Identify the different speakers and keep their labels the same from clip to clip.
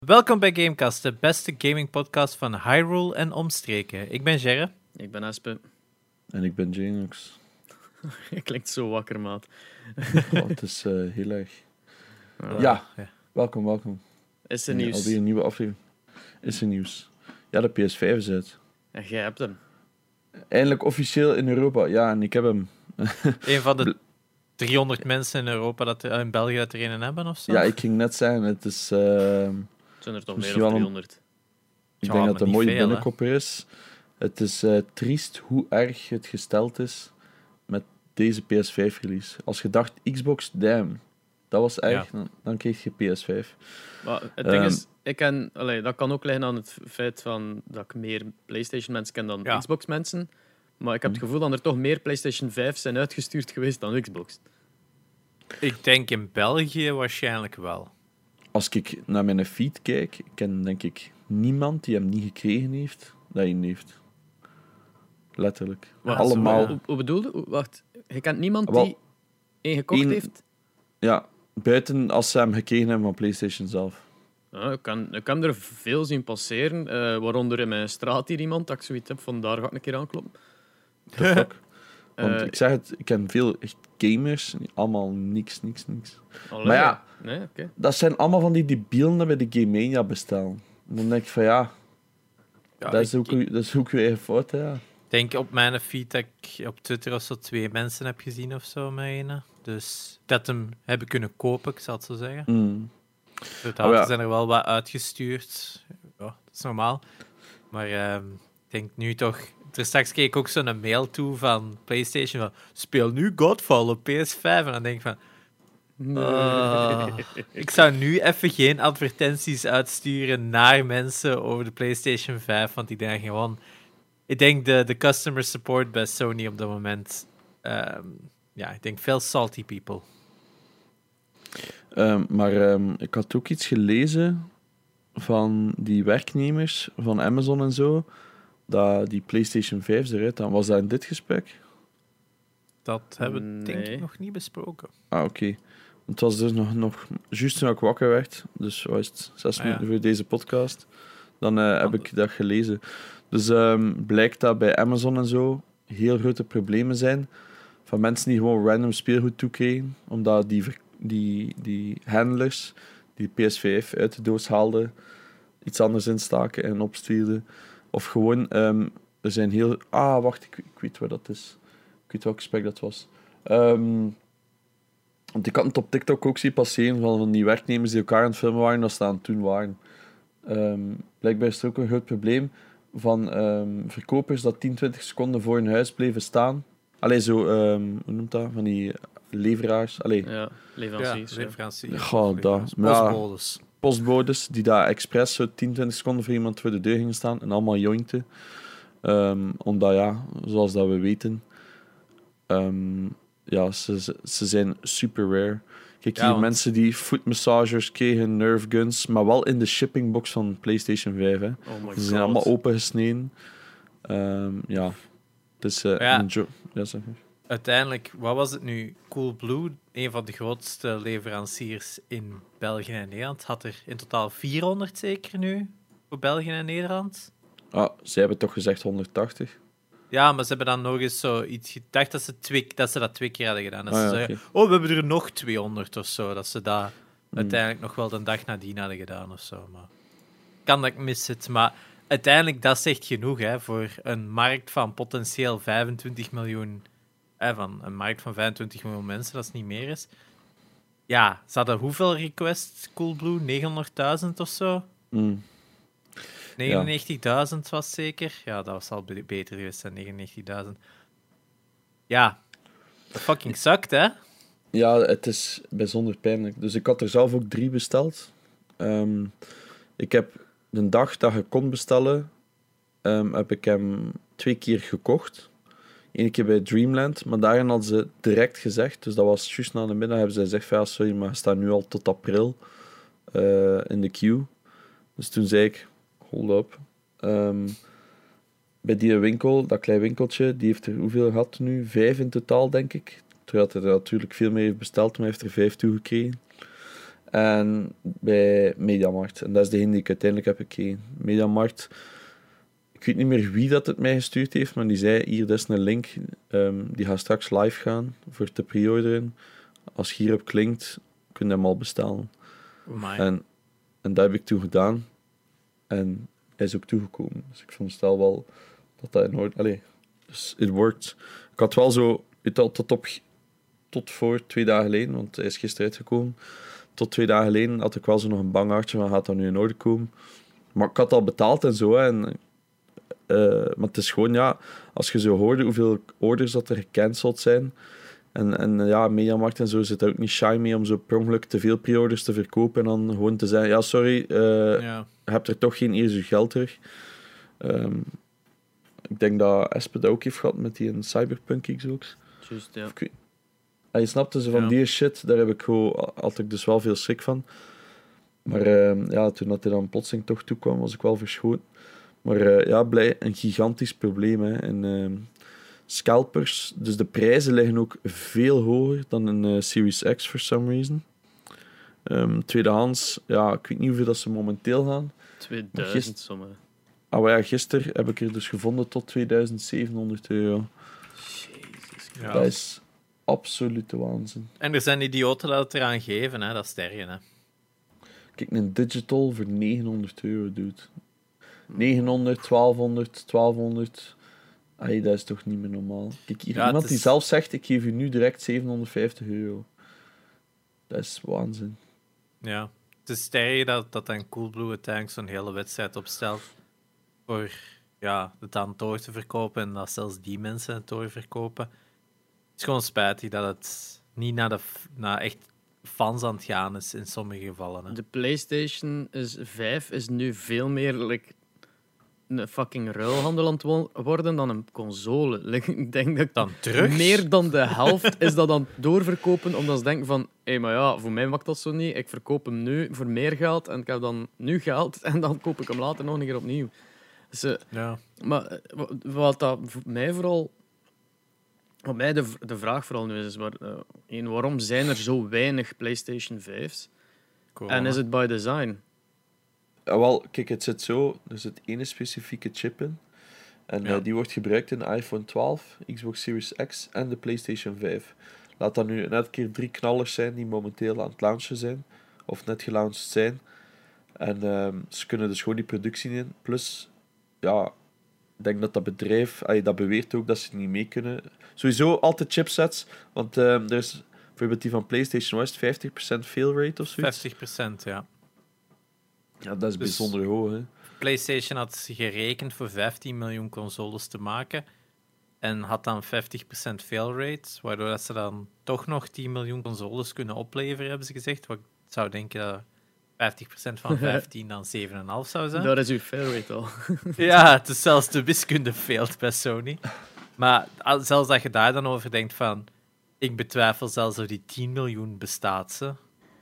Speaker 1: Welkom bij Gamecast, de beste gamingpodcast van Hyrule en omstreken. Ik ben Gerre.
Speaker 2: Ik ben Espe.
Speaker 3: En ik ben Janux.
Speaker 2: Je klinkt zo wakker, maat.
Speaker 3: Het is heel erg. Ja, welkom.
Speaker 2: Is er nieuws?
Speaker 3: Alweer een nieuwe aflevering. Is er nieuws? Ja, de PS5 is uit.
Speaker 2: En jij hebt hem.
Speaker 3: Eindelijk officieel in Europa. Ja, en ik heb hem.
Speaker 1: Een van de 300 mensen in Europa, in België, dat er een hebben of zo?
Speaker 3: Ja, ik ging net zeggen, het is...
Speaker 2: Zijn er toch meer
Speaker 3: misschien
Speaker 2: dan
Speaker 3: wel
Speaker 2: 300?
Speaker 3: Ik
Speaker 1: Ja,
Speaker 3: denk
Speaker 1: maar
Speaker 3: dat het een
Speaker 1: niet
Speaker 3: mooie
Speaker 1: veel,
Speaker 3: binnenkopper is. Het is triest hoe erg het gesteld is met deze PS5-release. Als je dacht, Xbox, damn, dat was erg, dan kreeg je PS5.
Speaker 2: Maar het ding is, dat kan ook liggen aan het feit dat ik meer PlayStation-mensen ken dan Xbox-mensen. Maar ik heb het gevoel dat er toch meer PlayStation 5 zijn uitgestuurd geweest dan Xbox.
Speaker 1: Ik denk in België waarschijnlijk wel.
Speaker 3: Als ik naar mijn feed kijk, ik ken denk ik niemand die hem niet gekregen heeft, dat hij heeft. Letterlijk. Allemaal.
Speaker 2: Hoe bedoelde? Wacht, je kent niemand die één gekocht heeft?
Speaker 3: Ja, buiten als ze hem gekregen hebben van PlayStation zelf.
Speaker 2: Ja, ik kan er veel zien passeren, waaronder in mijn straat hier iemand, dat ik zoiets heb van daar ga ik een keer aankloppen.
Speaker 3: The fuck? Want ik zeg het, ik ken veel echt gamers, allemaal niks.
Speaker 2: Allee,
Speaker 3: maar ja,
Speaker 2: nee, okay.
Speaker 3: Dat zijn allemaal van die debielen die bij de Game Mania bestellen. Dan denk ik van dat is ook je eigen fout, ja.
Speaker 1: Ik denk op mijn feed dat ik op Twitter of zo 2 mensen heb gezien of zo met een. Dus dat hem hebben kunnen kopen, ik zal het zo zeggen. Er zijn er wel wat uitgestuurd. Ja, dat is normaal. Maar ik denk nu toch... Straks kreeg ik ook zo'n mail toe van PlayStation van speel nu Godfall op PS5. En dan denk ik van... ik zou nu even geen advertenties uitsturen naar mensen over de PlayStation 5, want die denken gewoon... Ik denk de customer support bij Sony op dat moment... ik denk veel salty people.
Speaker 3: Maar ik had ook iets gelezen van die werknemers van Amazon en zo, dat die PlayStation 5 eruit hadden. Was dat in dit gesprek?
Speaker 1: Dat hebben we denk ik nog niet besproken.
Speaker 3: Ah, oké. Het was dus nog juist toen ik wakker werd, dus was het 6 minuten voor deze podcast, dan heb ik dat gelezen. Dus blijkt dat bij Amazon en zo heel grote problemen zijn van mensen die gewoon random speelgoed toekregen, omdat die handlers die PS5 uit de doos haalden, iets anders instaken en opstuurden. Of gewoon, er zijn heel... wacht, ik weet waar dat is. Ik weet welk gesprek dat was. Want ik had het op TikTok ook zien passeren van die werknemers die elkaar aan het filmen waren, dat ze aan het doen waren. Blijkbaar is er ook een groot probleem van verkopers dat 10-20 seconden voor hun huis bleven staan. Allee, zo, hoe noemt dat? Van die leveraars. Allee.
Speaker 2: Ja, leveranciers.
Speaker 1: Postbodes.
Speaker 3: Postbodes die daar expres zo 10-20 seconden voor iemand voor de deur gingen staan en allemaal jointen. Omdat, zoals dat we weten, ze zijn super rare. Kijk, hier mensen die footmassagers kregen, nerve guns, maar wel in de shippingbox van PlayStation 5. Hè. Ze zijn allemaal opengesneden. Dus
Speaker 1: uiteindelijk, wat was het nu? Coolblue, een van de grootste leveranciers in België en Nederland, had er in totaal 400 zeker nu voor België en Nederland.
Speaker 3: Ze hebben toch gezegd 180?
Speaker 1: Ja, maar ze hebben dan nog eens zoiets gedacht dat ze dat 2 keer hadden gedaan. Dat ze zeggen, we hebben er nog 200 of zo. Dat ze dat uiteindelijk nog wel de dag nadien hadden gedaan of zo. Maar kan dat ik mis het, maar uiteindelijk, dat zegt genoeg hè, voor een markt van potentieel 25 miljoen... van een markt van 25 miljoen mensen, dat is niet meer is. Ja, ze hadden hoeveel requests, Coolblue? 900.000 of zo? 99.000 was zeker. Ja, dat was al beter geweest dan 99.000. Ja, dat fucking suckt, hè?
Speaker 3: Ja, het is bijzonder pijnlijk. Dus ik had er zelf ook 3 besteld. Ik heb de dag dat je kon bestellen, heb ik hem 2 keer gekocht. Eén keer bij Dreamland, maar daarin hadden ze direct gezegd, dus dat was juist na de middag, hebben ze gezegd van sorry, maar je staat nu al tot april in de queue. Dus toen zei ik, hold up. Bij die winkel, dat klein winkeltje, die heeft er hoeveel gehad nu? 5 in totaal, denk ik. Terwijl hij er natuurlijk veel meer heeft besteld, maar hij heeft er 5 toegekregen. en bij Mediamarkt. En dat is degene die ik uiteindelijk heb gekregen. Mediamarkt, ik weet niet meer wie dat het mij gestuurd heeft, maar die zei, hier, dat is een link, die gaat straks live gaan voor te pre-orderen. Als je hierop klinkt, kun je hem al bestellen. En dat heb ik toen gedaan. En hij is ook toegekomen. Dus ik veronderstel wel dat in orde... Allee, dus it worked. Ik had wel zo... Tot voor 2 dagen geleden, want hij is gisteren uitgekomen. Tot 2 dagen geleden had ik wel zo nog een bang hartje van, gaat dat nu in orde komen? Maar ik had al betaald en zo. Maar het is gewoon, ja... Als je zo hoorde hoeveel orders dat er gecanceld zijn... En ja, Mediamarkt en zo zit er ook niet shy mee om zo per ongeluk te veel pre-orders te verkopen en dan gewoon te zeggen, ja, sorry, je hebt er toch geen eerst je geld terug. Ik denk dat Espe dat ook heeft gehad met die in Cyberpunk Xbox.
Speaker 2: Juist, ja.
Speaker 3: Je snapte ze van die shit, daar heb ik gewoon altijd dus wel veel schrik van. Maar toen dat hij dan plotseling toch toekwam, was ik wel verschoten. Maar een gigantisch probleem, hè. En scalpers, dus de prijzen liggen ook veel hoger dan een Series X for some reason. Tweedehands, ja, ik weet niet hoeveel dat ze momenteel gaan.
Speaker 2: 2000 sommen.
Speaker 3: Gisteren heb ik er dus gevonden tot €2700.
Speaker 2: Jezus.
Speaker 3: Ja. Dat is absolute waanzin.
Speaker 1: En er zijn idioten dat het eraan geven, hè? Dat is tergen, hè.
Speaker 3: Kijk, een digital voor €900, dude. 900, 1200. Dat is toch niet meer normaal. Kijk, hier iemand die zelf zegt, ik geef u nu direct €750. Dat is waanzin.
Speaker 1: Ja, het is tergen dat een Coolblue uiteindelijk zo'n hele wedstrijd opstelt voor het aan het door te verkopen en dat zelfs die mensen het doorverkopen. Het is gewoon spijtig dat het niet naar echt fans aan het gaan is in sommige gevallen. Hè.
Speaker 2: De PlayStation 5 is nu veel meer een fucking ruilhandel aan het worden dan een console. Ik denk dat
Speaker 1: dan terug?
Speaker 2: Meer dan de helft is dat aan het doorverkopen, omdat ze denken van, maar ja, voor mij mag dat zo niet. Ik verkoop hem nu voor meer geld en ik heb dan nu geld en dan koop ik hem later nog een keer opnieuw. Dus, maar wat dat mij vooral... Wat mij de vraag vooral nu is waarom zijn er zo weinig PlayStation 5's? En is het by design?
Speaker 3: Wel, kijk, het zit zo. Er zit één specifieke chip in. En die wordt gebruikt in de iPhone 12, Xbox Series X en de PlayStation 5. Laat dat nu net een keer 3 knallers zijn die momenteel aan het launchen zijn. Of net gelaunched zijn. En ze kunnen dus gewoon die productie in. Plus, ik denk dat bedrijf, dat beweert ook dat ze niet mee kunnen. Sowieso altijd chipsets, want er is bijvoorbeeld die van PlayStation was 50% fail rate of zoiets.
Speaker 1: 50%, ja.
Speaker 3: Ja, dat is dus bijzonder hoog, hè.
Speaker 1: PlayStation had gerekend voor 15 miljoen consoles te maken en had dan 50% fail rate, waardoor dat ze dan toch nog 10 miljoen consoles kunnen opleveren, hebben ze gezegd. Wat ik zou denken dat 50% van 15 dan 7,5 zou zijn.
Speaker 2: Dat is uw fail rate al.
Speaker 1: Ja, het is zelfs de wiskunde failed bij Sony. Maar zelfs dat je daar dan over denkt van... Ik betwijfel zelfs of die 10 miljoen bestaat, ze.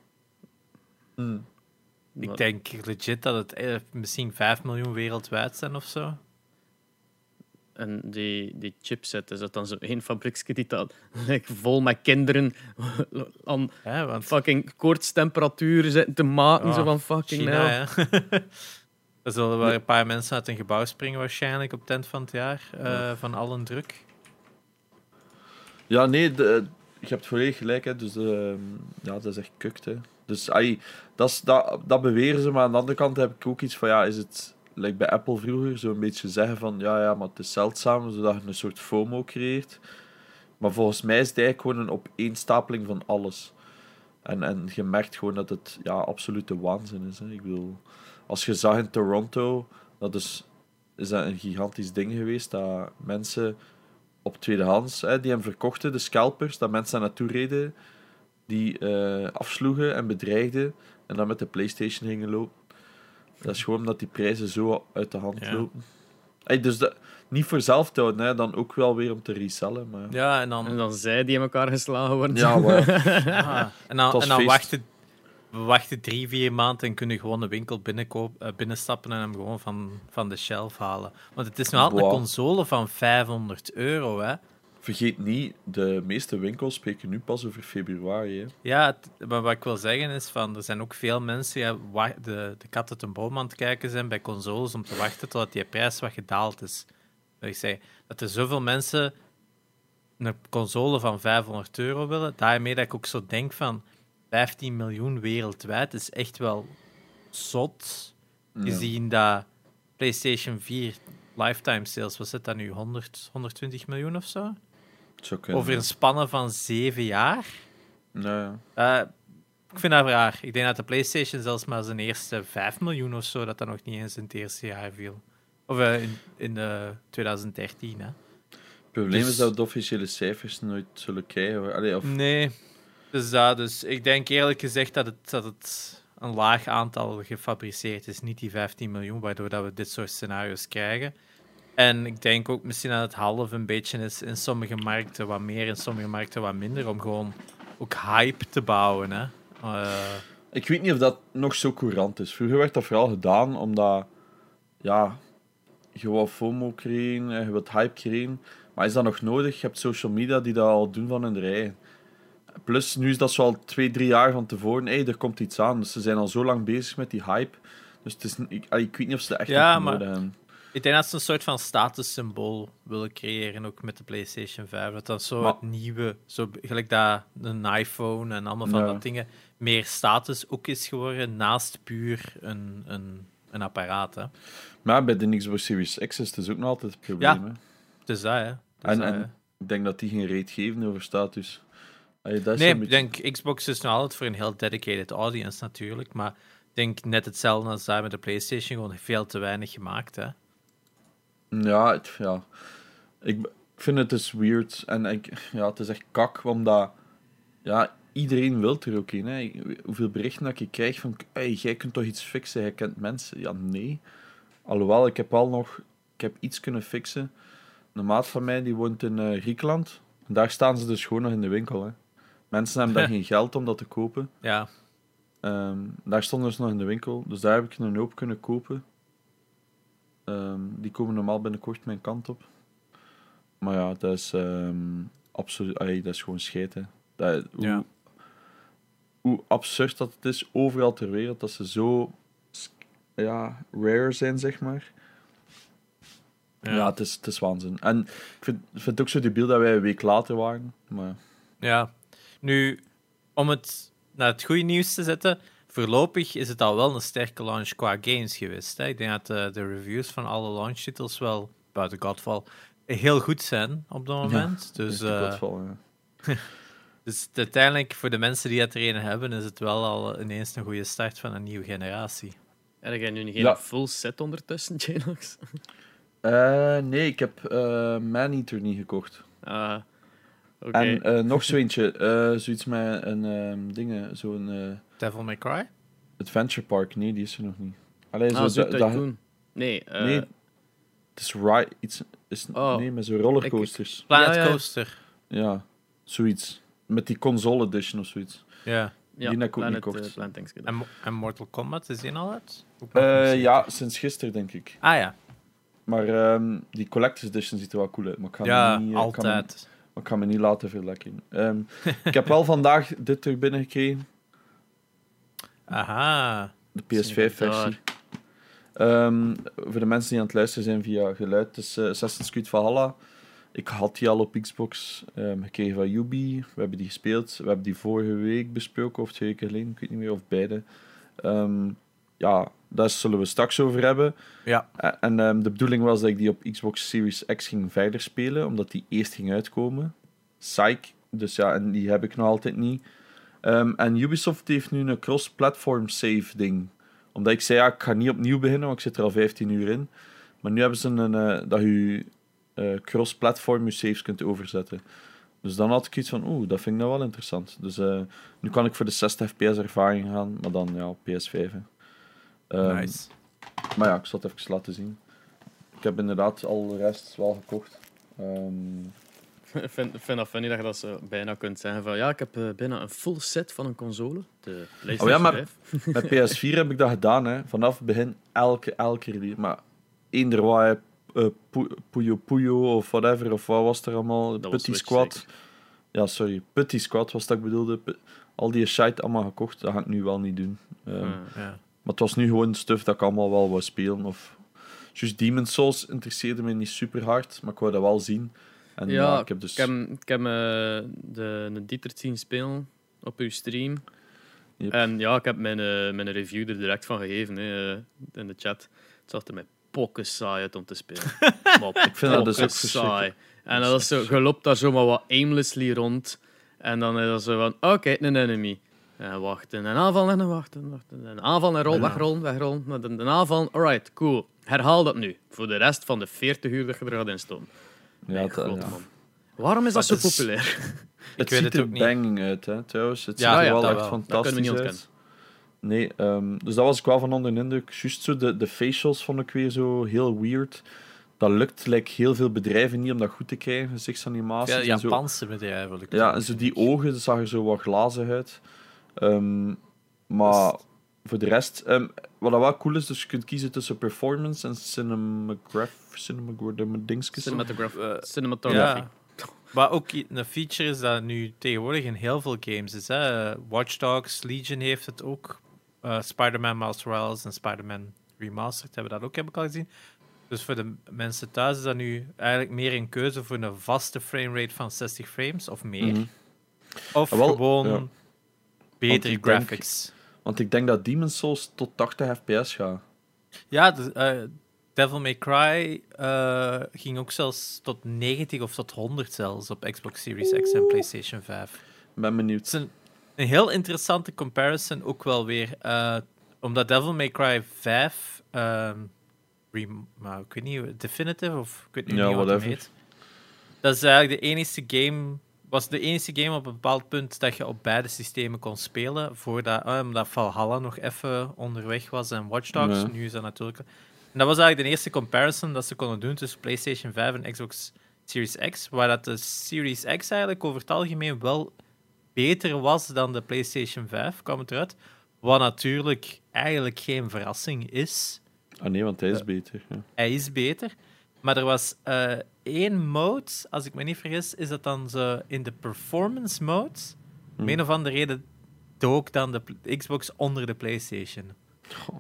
Speaker 1: Ik denk legit dat het misschien 5 miljoen wereldwijd zijn of zo.
Speaker 2: En die chipset, is dat dan zo één fabrieksje die dat vol met kinderen aan fucking koortstemperatuur zitten te maken? Zo van fucking
Speaker 1: China, ja. Er zullen wel een paar mensen uit een gebouw springen waarschijnlijk op het eind van het jaar. Van al een druk.
Speaker 3: Ja, nee, je hebt volledig gelijk. Hè. Dus dat is echt kukt. Hè. Dus dat beweren ze. Maar aan de andere kant heb ik ook iets van... is het... Like bij Apple vroeger, zo een beetje zeggen van maar het is zeldzaam, zodat je een soort FOMO creëert. Maar volgens mij is het eigenlijk gewoon een opeenstapeling van alles. En je merkt gewoon dat het absolute waanzin is. Hè. Ik bedoel, als je zag in Toronto, is dat een gigantisch ding geweest, dat mensen op tweedehands, die hem verkochten, de scalpers, dat mensen daar naartoe reden, die afsloegen en bedreigden en dan met de PlayStation gingen lopen. Dat is gewoon omdat die prijzen zo uit de hand lopen. Dus niet voor zelf te houden, dan ook wel weer om te resellen. Maar...
Speaker 1: Ja,
Speaker 2: en dan zij die in elkaar geslagen worden.
Speaker 3: Ja, maar...
Speaker 1: En dan wachten 3-4 maanden en kunnen gewoon een winkel binnenstappen en hem gewoon van de shelf halen. Want het is nog altijd een console van €500, hè.
Speaker 3: Vergeet niet, de meeste winkels spreken nu pas over februari. Hè.
Speaker 1: Ja, maar wat ik wil zeggen is, er zijn ook veel mensen die de kat uit een boom aan het kijken zijn bij consoles om te wachten totdat die prijs wat gedaald is. Dat ik zei, dat er zoveel mensen een console van €500 willen, daarmee dat ik ook zo denk van 15 miljoen wereldwijd is echt wel zot, gezien dat PlayStation 4 lifetime sales, wat zit dat nu, 120 miljoen of zo? Over een spanne van 7 jaar? Ik vind dat raar. Ik denk dat de PlayStation zelfs maar zijn eerste 5 miljoen of zo, dat nog niet eens in het eerste jaar viel. Of in 2013, hè.
Speaker 3: Het probleem is dat de officiële cijfers nooit zullen krijgen. Allee,
Speaker 1: Nee, dus ik denk eerlijk gezegd dat het een laag aantal gefabriceerd is, niet die 15 miljoen, waardoor dat we dit soort scenario's krijgen. En ik denk ook misschien dat het half een beetje is in sommige markten wat meer, in sommige markten wat minder, om gewoon ook hype te bouwen. Hè.
Speaker 3: Ik weet niet of dat nog zo courant is. Vroeger werd dat vooral gedaan omdat je wou FOMO creëren, je wilt hype creëren. Maar is dat nog nodig? Je hebt social media die dat al doen van hun eigen. Plus, nu is dat zo al 2-3 jaar van tevoren. Er komt iets aan. Dus ze zijn al zo lang bezig met die hype. Dus het is, ik weet niet of ze dat echt nodig hebben.
Speaker 1: Ik denk dat ze een soort van statussymbool willen creëren, ook met de PlayStation 5. Dat dat zo het nieuwe, zo gelijk dat een iPhone en allemaal van dat dingen, meer status ook is geworden, naast puur een apparaat. Hè.
Speaker 3: Maar bij de Xbox Series X is het ook nog altijd het probleem. Hè.
Speaker 1: Het is dat, hè.
Speaker 3: En ik denk dat die geen reet geven over status.
Speaker 1: Ik denk Xbox is nog altijd voor een heel dedicated audience natuurlijk, maar ik denk net hetzelfde als daar met de PlayStation, gewoon veel te weinig gemaakt, hè.
Speaker 3: Ja, ik vind het dus weird en het is echt kak, omdat iedereen wil er ook in. Hè. Hoeveel berichten dat ik krijg van jij kunt toch iets fixen, jij kent mensen. Ja, nee. Alhoewel, ik heb iets kunnen fixen. Een maat van mij die woont in Griekenland. En daar staan ze dus gewoon nog in de winkel. Hè. Mensen hebben daar geen geld om dat te kopen.
Speaker 1: Ja.
Speaker 3: Daar stonden ze nog in de winkel. Dus daar heb ik een hoop kunnen kopen. Die komen normaal binnenkort mijn kant op. Maar ja, dat is absoluut... dat is gewoon scheid, hè. Hoe absurd dat het is, overal ter wereld, dat ze zo rare zijn, zeg maar. Ja, het is waanzin. En ik vind het ook zo debiel dat wij een week later waren. Maar...
Speaker 1: Ja. Nu, om het naar het goede nieuws te zetten, voorlopig is het al wel een sterke launch qua games geweest. Hè. Ik denk dat de reviews van alle launchtitels wel, buiten Godfall, heel goed zijn op dat moment.
Speaker 3: Ja,
Speaker 1: dus
Speaker 3: Godfall,
Speaker 1: dus uiteindelijk, voor de mensen die het er een hebben, is het wel al ineens een goede start van een nieuwe generatie.
Speaker 2: Heb jij nu geen full set ondertussen, Janox?
Speaker 3: Nee, ik heb Maneater niet gekocht.
Speaker 2: Okay.
Speaker 3: En nog zo eentje, zoiets met een zo'n...
Speaker 1: Devil May Cry?
Speaker 3: Adventure Park, nee, die is er nog niet.
Speaker 2: Tycoon. Nee,
Speaker 3: het is nee, met zo'n rollercoasters.
Speaker 1: Planet Coaster.
Speaker 3: Ja, zoiets. Met die console edition of zoiets.
Speaker 1: Ja.
Speaker 3: Die heb ik ook niet gekocht.
Speaker 1: En Mortal Kombat, is die al uit?
Speaker 3: Ja, sinds gisteren, denk ik.
Speaker 1: Ah ja.
Speaker 3: Maar die Collector's Edition ziet er wel cool uit. Maar ik ga
Speaker 1: altijd.
Speaker 3: Ik ga me niet laten verlekken. Ik heb wel vandaag dit terug binnengekregen.
Speaker 1: Aha.
Speaker 3: De PS5-versie. Voor de mensen die aan het luisteren zijn via geluid, het is Assassin's Creed Valhalla. Ik had die al op Xbox gekregen van Ubi. We hebben die gespeeld. We hebben die vorige week besproken, of 2 weken geleden. Ik weet niet meer, of beide. Daar zullen we straks over hebben.
Speaker 1: Ja.
Speaker 3: En de bedoeling was dat ik die op Xbox Series X ging verder spelen, omdat die eerst ging uitkomen. Psych. Dus ja, en die heb ik nog altijd niet. En Ubisoft heeft nu een cross-platform save ding. Omdat ik zei, ik ga niet opnieuw beginnen, want ik zit er al 15 uur in. Maar nu hebben ze dat je cross-platform je saves kunt overzetten. Dus dan had ik iets van, dat vind ik nou wel interessant. Dus nu kan ik voor de 60 fps ervaring gaan, maar dan op PS5.
Speaker 1: Nice.
Speaker 3: Maar ja, ik zal het even laten zien. Ik heb inderdaad al de rest wel gekocht.
Speaker 2: Ik vind dat funny dat je dat zo bijna kunt zeggen van ik heb bijna een full set van een console. De PlayStation 5.
Speaker 3: Met PS4 heb ik dat gedaan. Hè. Vanaf het begin elke release. Maar eender wat, Puyo Puyo of whatever, of wat was er allemaal?
Speaker 2: Dat
Speaker 3: Putty
Speaker 2: was
Speaker 3: Squad.
Speaker 2: Switch,
Speaker 3: Ja, sorry. Putty Squad was dat ik bedoelde. Al die shite allemaal gekocht, dat ga ik nu wel niet doen. Maar het was nu gewoon stuff dat ik allemaal wel wou spelen. Of... Dus Demon's Souls interesseerde me niet super hard, maar ik wou dat wel zien. En
Speaker 2: ja,
Speaker 3: ik heb dus...
Speaker 2: ik heb de Dieter zien spelen op uw stream.
Speaker 3: Yep.
Speaker 2: En ja, ik heb mijn review er direct van gegeven in de chat. Het zag er mij pokken saai uit om te spelen. Maar
Speaker 3: Ik vind dat dus ook
Speaker 2: saai. En dat is zo, je loopt daar zomaar wat aimlessly rond. En dan is dat zo van, oké, een enemy. En wachten, een aanval en wachten. Een aanval en rol, wegrollen. De aanval, alright, cool. Herhaal dat nu. Voor de rest van de 40 uur dat je er gaat instomen.
Speaker 3: Ja,
Speaker 2: Man. Waarom is dat zo populair?
Speaker 3: Het
Speaker 1: weet
Speaker 3: ziet
Speaker 1: het
Speaker 3: er
Speaker 1: ook niet.
Speaker 3: banging uit, hè, trouwens. Het
Speaker 1: Ja,
Speaker 3: ziet er
Speaker 1: ja,
Speaker 3: wel
Speaker 1: dat
Speaker 3: echt
Speaker 1: wel.
Speaker 2: Dat kunnen we
Speaker 3: fantastisch
Speaker 2: niet
Speaker 3: uit. Nee, dus dat was ik wel van onder de indruk. Juist zo, de facials vond ik weer zo heel weird. Dat lukt heel veel bedrijven niet om dat goed te krijgen, gezichtsanimaties.
Speaker 1: Ja,
Speaker 3: en zo.
Speaker 1: Japanse bedrijven. wil ik
Speaker 3: Ja, en zo die ogen dat zag er zo wat glazig uit. Maar voor de rest, wat dat wel cool is, dus je kunt kiezen tussen performance en
Speaker 2: cinematography.
Speaker 1: Ja. Maar ook een feature is dat nu tegenwoordig in heel veel games is. Hè. Watch Dogs, Legion heeft het ook. Spider-Man Miles Morales en Spider-Man Remastered hebben dat ook, heb ik al gezien. Dus voor de mensen thuis is dat nu eigenlijk meer een keuze voor een vaste framerate van 60 frames of meer.
Speaker 3: Mhm.
Speaker 1: Of
Speaker 3: Wel,
Speaker 1: gewoon
Speaker 3: ja.
Speaker 1: betere
Speaker 3: ik denk-
Speaker 1: graphics.
Speaker 3: Want ik denk dat Demon's Souls tot 80 fps gaat.
Speaker 1: Ja, Devil May Cry ging ook zelfs tot 90 of tot 100 zelfs op Xbox Series X en PlayStation 5.
Speaker 3: Ik ben benieuwd.
Speaker 1: Het is een heel interessante comparison ook wel weer. Omdat Devil May Cry 5... maar ik weet niet, Definitive of ik weet niet,
Speaker 3: Ja,
Speaker 1: niet wat het
Speaker 3: whatever.
Speaker 1: heet. Dat is eigenlijk was de enige game op een bepaald punt dat je op beide systemen kon spelen, omdat Valhalla nog even onderweg was en Watch Dogs.
Speaker 3: Ja.
Speaker 1: Nu is dat natuurlijk... En dat was eigenlijk de eerste comparison dat ze konden doen tussen PlayStation 5 en Xbox Series X, waar dat de Series X eigenlijk over het algemeen wel beter was dan de PlayStation 5, kwam het eruit. Wat natuurlijk eigenlijk geen verrassing is.
Speaker 3: Ah nee, want hij is beter. Ja.
Speaker 1: Hij is beter. Maar er was één mode, als ik me niet vergis, is dat dan zo in de performance mode. Om een of andere reden dook dan de Xbox onder de PlayStation.
Speaker 3: Goh.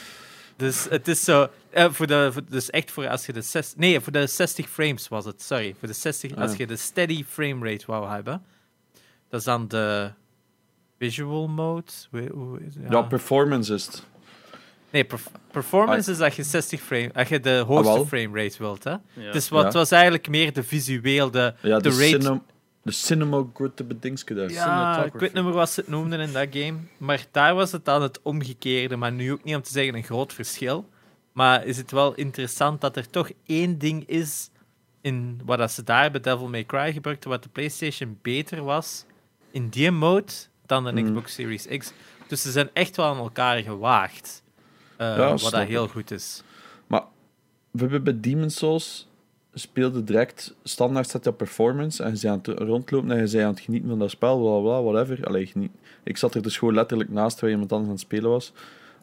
Speaker 1: Dus het is zo... dus echt voor als je voor de 60 frames was het, sorry. Voor de 60, als je de steady frame rate wou hebben. Dat is dan de visual mode.
Speaker 3: Ja, performance is het.
Speaker 1: Nee, performance is dat je 60 frame... Als je de hoogste
Speaker 3: wel.
Speaker 1: frame rate wilt, hè.
Speaker 2: Ja.
Speaker 1: Dus wat was eigenlijk meer de visueel, de rate...
Speaker 3: De cinema good bedingske daar.
Speaker 1: Ja, ik weet niet meer wat ze het noemden in dat game. Maar daar was het dan het omgekeerde. Maar nu ook niet om te zeggen een groot verschil. Maar is het wel interessant dat er toch één ding is in wat dat ze daar bij Devil May Cry gebruikten, wat de PlayStation beter was in die mode dan de Xbox Series X. Dus ze zijn echt wel aan elkaar gewaagd. Wat
Speaker 3: snap
Speaker 1: dat
Speaker 3: ik.
Speaker 1: heel goed is.
Speaker 3: Maar we hebben bij Demon's Souls speelde direct standaard set op performance en je zei aan het rondlopen en je zei aan het genieten van dat spel, bla bla, whatever. Allee, ik zat er dus gewoon letterlijk naast waar iemand anders aan het spelen was.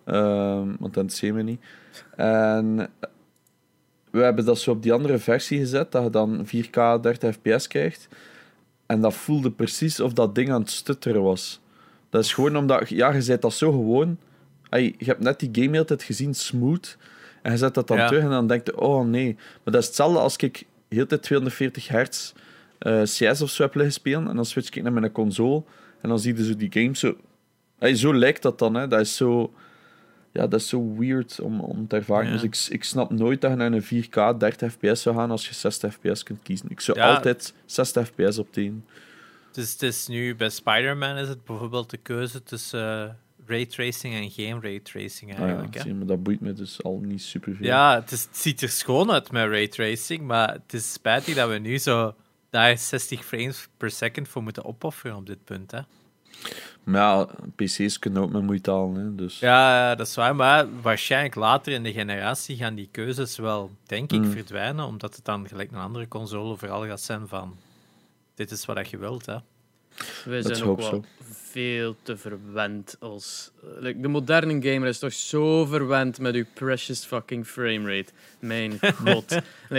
Speaker 3: Want dat zei me niet. En we hebben dat zo op die andere versie gezet, dat je dan 4K 30 fps krijgt. En dat voelde precies of dat ding aan het stutteren was. Dat is gewoon omdat... Ja, je zet dat zo gewoon... Je hebt net die game de hele tijd gezien, smooth. En je zet dat dan terug en dan denk je, oh nee. Maar dat is hetzelfde als ik de hele tijd 240 hertz CS of zo heb liggen spelen. En dan switch ik naar mijn console. En dan zie je zo die game zo... Zo lijkt dat dan, hè. Dat is zo... Ja, dat is zo weird om te ervaren.
Speaker 1: Ja.
Speaker 3: Dus ik snap nooit dat je naar een 4K 30 fps zou gaan als je 60 fps kunt kiezen. Ik zou altijd 60 fps opteken.
Speaker 1: Dus het is nu bij Spider-Man is het bijvoorbeeld de keuze tussen raytracing en geen raytracing eigenlijk.
Speaker 3: Zie je, maar dat boeit me dus al niet superveel.
Speaker 1: Ja, het ziet er schoon uit met raytracing, maar het is spijtig dat we nu zo daar 60 frames per second voor moeten opofferen op dit punt. Hè.
Speaker 3: Maar ja, PC's kunnen ook met moeite halen. Hè, dus.
Speaker 1: Ja, dat is waar, maar waarschijnlijk later in de generatie gaan die keuzes wel, denk ik, verdwijnen, omdat het dan gelijk een andere console vooral gaat zijn van dit is wat je wilt, hè.
Speaker 2: Wij zijn ook wel veel te verwend als... de moderne gamer is toch zo verwend met uw precious fucking framerate. Mijn god.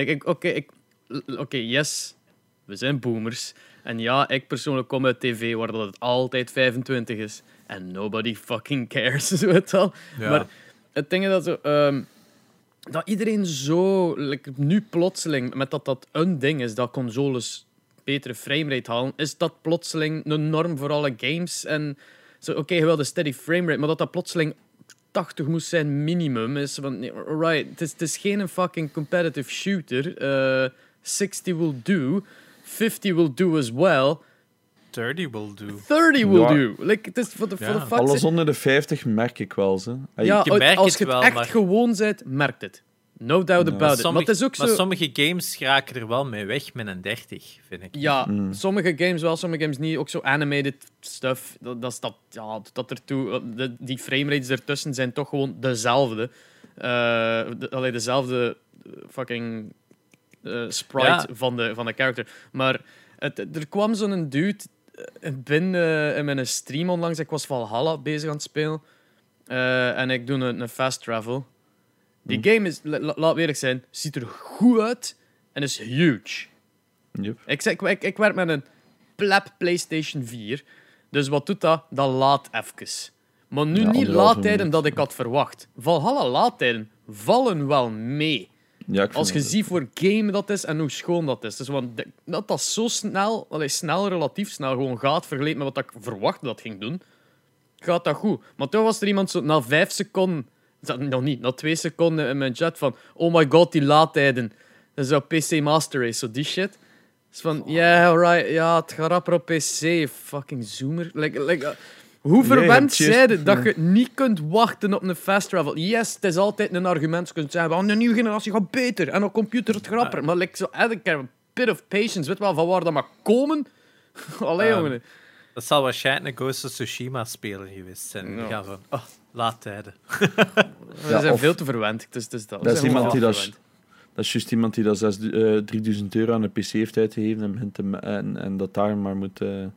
Speaker 2: Oké, yes, we zijn boomers. En ja, ik persoonlijk kom uit tv waar dat het altijd 25 is. En nobody fucking cares, zo het al. Ja. Maar het ding is dat zo... dat iedereen zo... nu plotseling, met dat een ding is, dat consoles betere framerate halen, is dat plotseling een norm voor alle games. En oké, je wil de steady framerate, maar dat plotseling 80 moest zijn minimum. Is van, right, het is geen fucking competitive shooter. 60 will do. 50 will do as well.
Speaker 1: 30 will do.
Speaker 2: 30 will do. Het is voor de fuck.
Speaker 3: Alles onder de 50 merk ik wel. Ze.
Speaker 2: Ja, als je het echt gewoon bent, merkt het. No doubt about it. Maar het is ook zo...
Speaker 1: sommige games raken er wel mee weg met een 30, vind ik.
Speaker 2: Ja, sommige games wel, sommige games niet. Ook zo animated stuff, dat ertoe... Die framerates ertussen zijn toch gewoon dezelfde. Dezelfde fucking sprite van de character. Maar er kwam zo'n dude binnen in mijn stream onlangs. Ik was Valhalla bezig aan het spelen. En ik doe een fast travel. Die game is, laat eerlijk zijn, ziet er goed uit en is huge.
Speaker 3: Yep.
Speaker 2: Ik werk met een pleb PlayStation 4. Dus wat doet dat? Dat laat even. Maar nu niet laadtijden dat ik had verwacht. Valhalla laadtijden vallen wel mee.
Speaker 3: Ja,
Speaker 2: als je ziet voor game dat is en hoe schoon dat is. Dus want dat zo snel, relatief snel gewoon gaat vergeleken met wat ik verwachtte dat ging doen, gaat dat goed. Maar toen was er iemand zo na 5 seconden... Nog niet, na 2 seconden in mijn chat van... Oh my god, die laadtijden. Dat is zo PC Master Race, zo die shit. Dus van, right, het gaat rapper op PC. Fucking zoomer. Hoe verwend zijde dat je niet kunt wachten op een fast travel? Yes, het is altijd een argument. Je kunt zeggen, een nieuwe generatie gaat beter. En een computer het grapper. Maar zo, ik heb een bit of patience. Weet wel van waar dat maar komen? Allee, jongen.
Speaker 1: Dat zal waarschijnlijk een Ghost of Tsushima speler geweest zijn. Die gaan van... laadtijden.
Speaker 2: We zijn veel te verwend. Dat
Speaker 3: is iemand die dat is juist iemand die dat €3.000 aan de PC heeft uitgegeven en dat daar maar moet...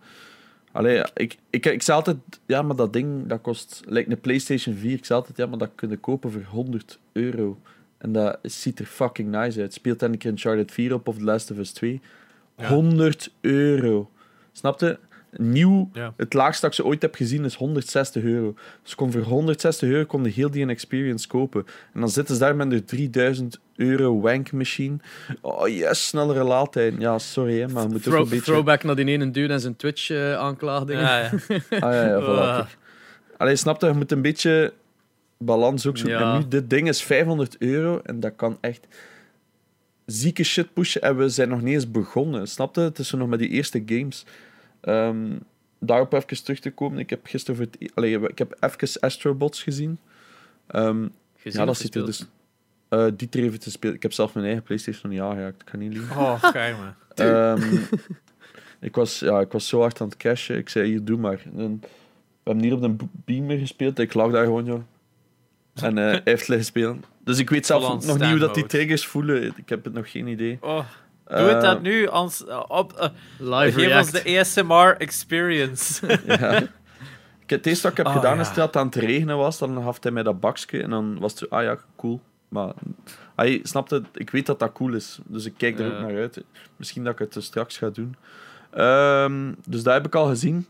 Speaker 3: Ik zei altijd, ja, maar dat ding dat kost... Lijkt een PlayStation 4. Ik zei altijd, ja, maar dat kun je kopen voor €100. En dat ziet er fucking nice uit. Speelt dan een keer Uncharted 4 op of The Last of Us 2. Ja. €100. Snap je? Nieuw, het laagste dat ik ze ooit heb gezien is €160. Dus kon voor €160 kon je heel die experience kopen. En dan zitten ze daar met een €3.000 wank machine. Oh yes, snellere laadtijd. Ja, sorry, hè, maar je moet ook een beetje...
Speaker 2: Throwback naar die ene dude en zijn Twitch-aanklaagdingen.
Speaker 1: Ja.
Speaker 3: Voilà. Allee, snap je? Je moet een beetje balans ook zoeken. En nu, dit ding is €500 en dat kan echt zieke shit pushen. En we zijn nog niet eens begonnen. Snap je? Het is zo nog met die eerste games... daarop even terug te komen. Ik heb gisteren ik heb even Astrobots gezien. Dat ziet er dus... Dieter heeft het gespeeld. Ik heb zelf mijn eigen PlayStation nog niet aangeraakt. Ik kan niet liegen.
Speaker 1: Oh, geil, man.
Speaker 3: Ik was zo hard aan het cashen. Ik zei, hier, doe maar. En we hebben hier op een beamer gespeeld. Ik lag daar gewoon, joh. En hij heeft liggen spelen. Dus ik weet zelf nog niet hoe dat die triggers voelen. Ik heb het nog geen idee.
Speaker 1: Oh. Doe het dat nu
Speaker 2: live
Speaker 1: geef ons de ASMR experience.
Speaker 3: Ja. Het eerste wat ik heb gedaan is dat het aan het regenen was. Dan gaf hij mij dat bakje en dan was het zo, cool. Maar hij snapte, ik weet dat dat cool is. Dus ik kijk er ook naar uit. Misschien dat ik het straks ga doen. Dus dat heb ik al gezien.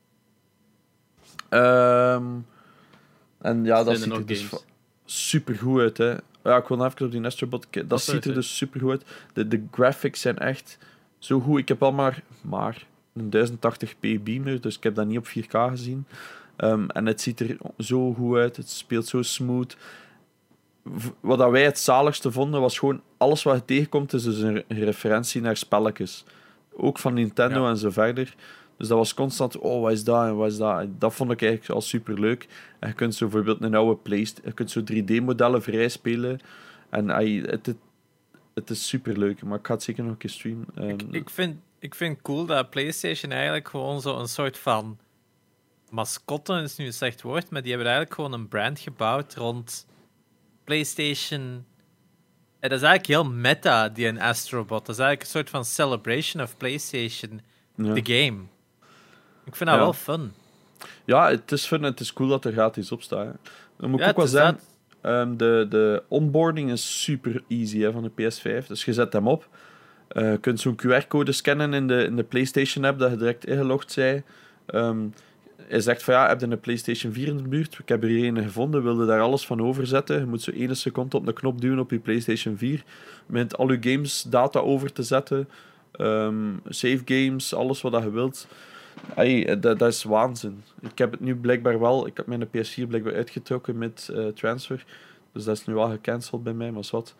Speaker 3: En ja, dat ziet er dus super goed uit, hè. Ja, ik wil nog even op die Astrobot. Dat ziet er dus super goed uit. De graphics zijn echt zo goed. Ik heb al maar een 1080p beamer, dus ik heb dat niet op 4K gezien. En het ziet er zo goed uit. Het speelt zo smooth. Wat wij het zaligste vonden, was gewoon alles wat je tegenkomt, is dus een referentie naar spelletjes. Ook van Nintendo en zo verder. Dus dat was constant, wat is dat en wat is dat? Dat vond ik eigenlijk al super leuk. En je kunt zo bijvoorbeeld een oude PlayStation, je kunt zo 3D-modellen vrij spelen. En het is super leuk, maar ik ga het zeker nog een keer streamen.
Speaker 1: Ik vind cool dat PlayStation eigenlijk gewoon zo een soort van mascotte, is nu een slecht woord, maar die hebben eigenlijk gewoon een brand gebouwd rond PlayStation. En dat is eigenlijk heel meta, die een Astrobot. Dat is eigenlijk een soort van celebration of PlayStation, the game. Ik vind dat wel fun.
Speaker 3: Ja, het is fun en het is cool dat er gratis op staat. Hè. Dan moet ik ook wel zeggen, de onboarding is super easy hè, van de PS5. Dus je zet hem op. Je kunt zo'n QR-code scannen in de PlayStation-app, dat je direct ingelogd bent. Hij zegt van heb je een PlayStation 4 in de buurt? Ik heb er hier een gevonden, wilde daar alles van overzetten. Je moet zo 1 seconde op de knop duwen op je PlayStation 4. Met al je games data over te zetten. Save games, alles wat je wilt. Dat is waanzin. Ik heb het nu blijkbaar wel... Ik heb mijn PS4 blijkbaar uitgetrokken met transfer. Dus dat is nu wel gecanceld bij mij, maar wat.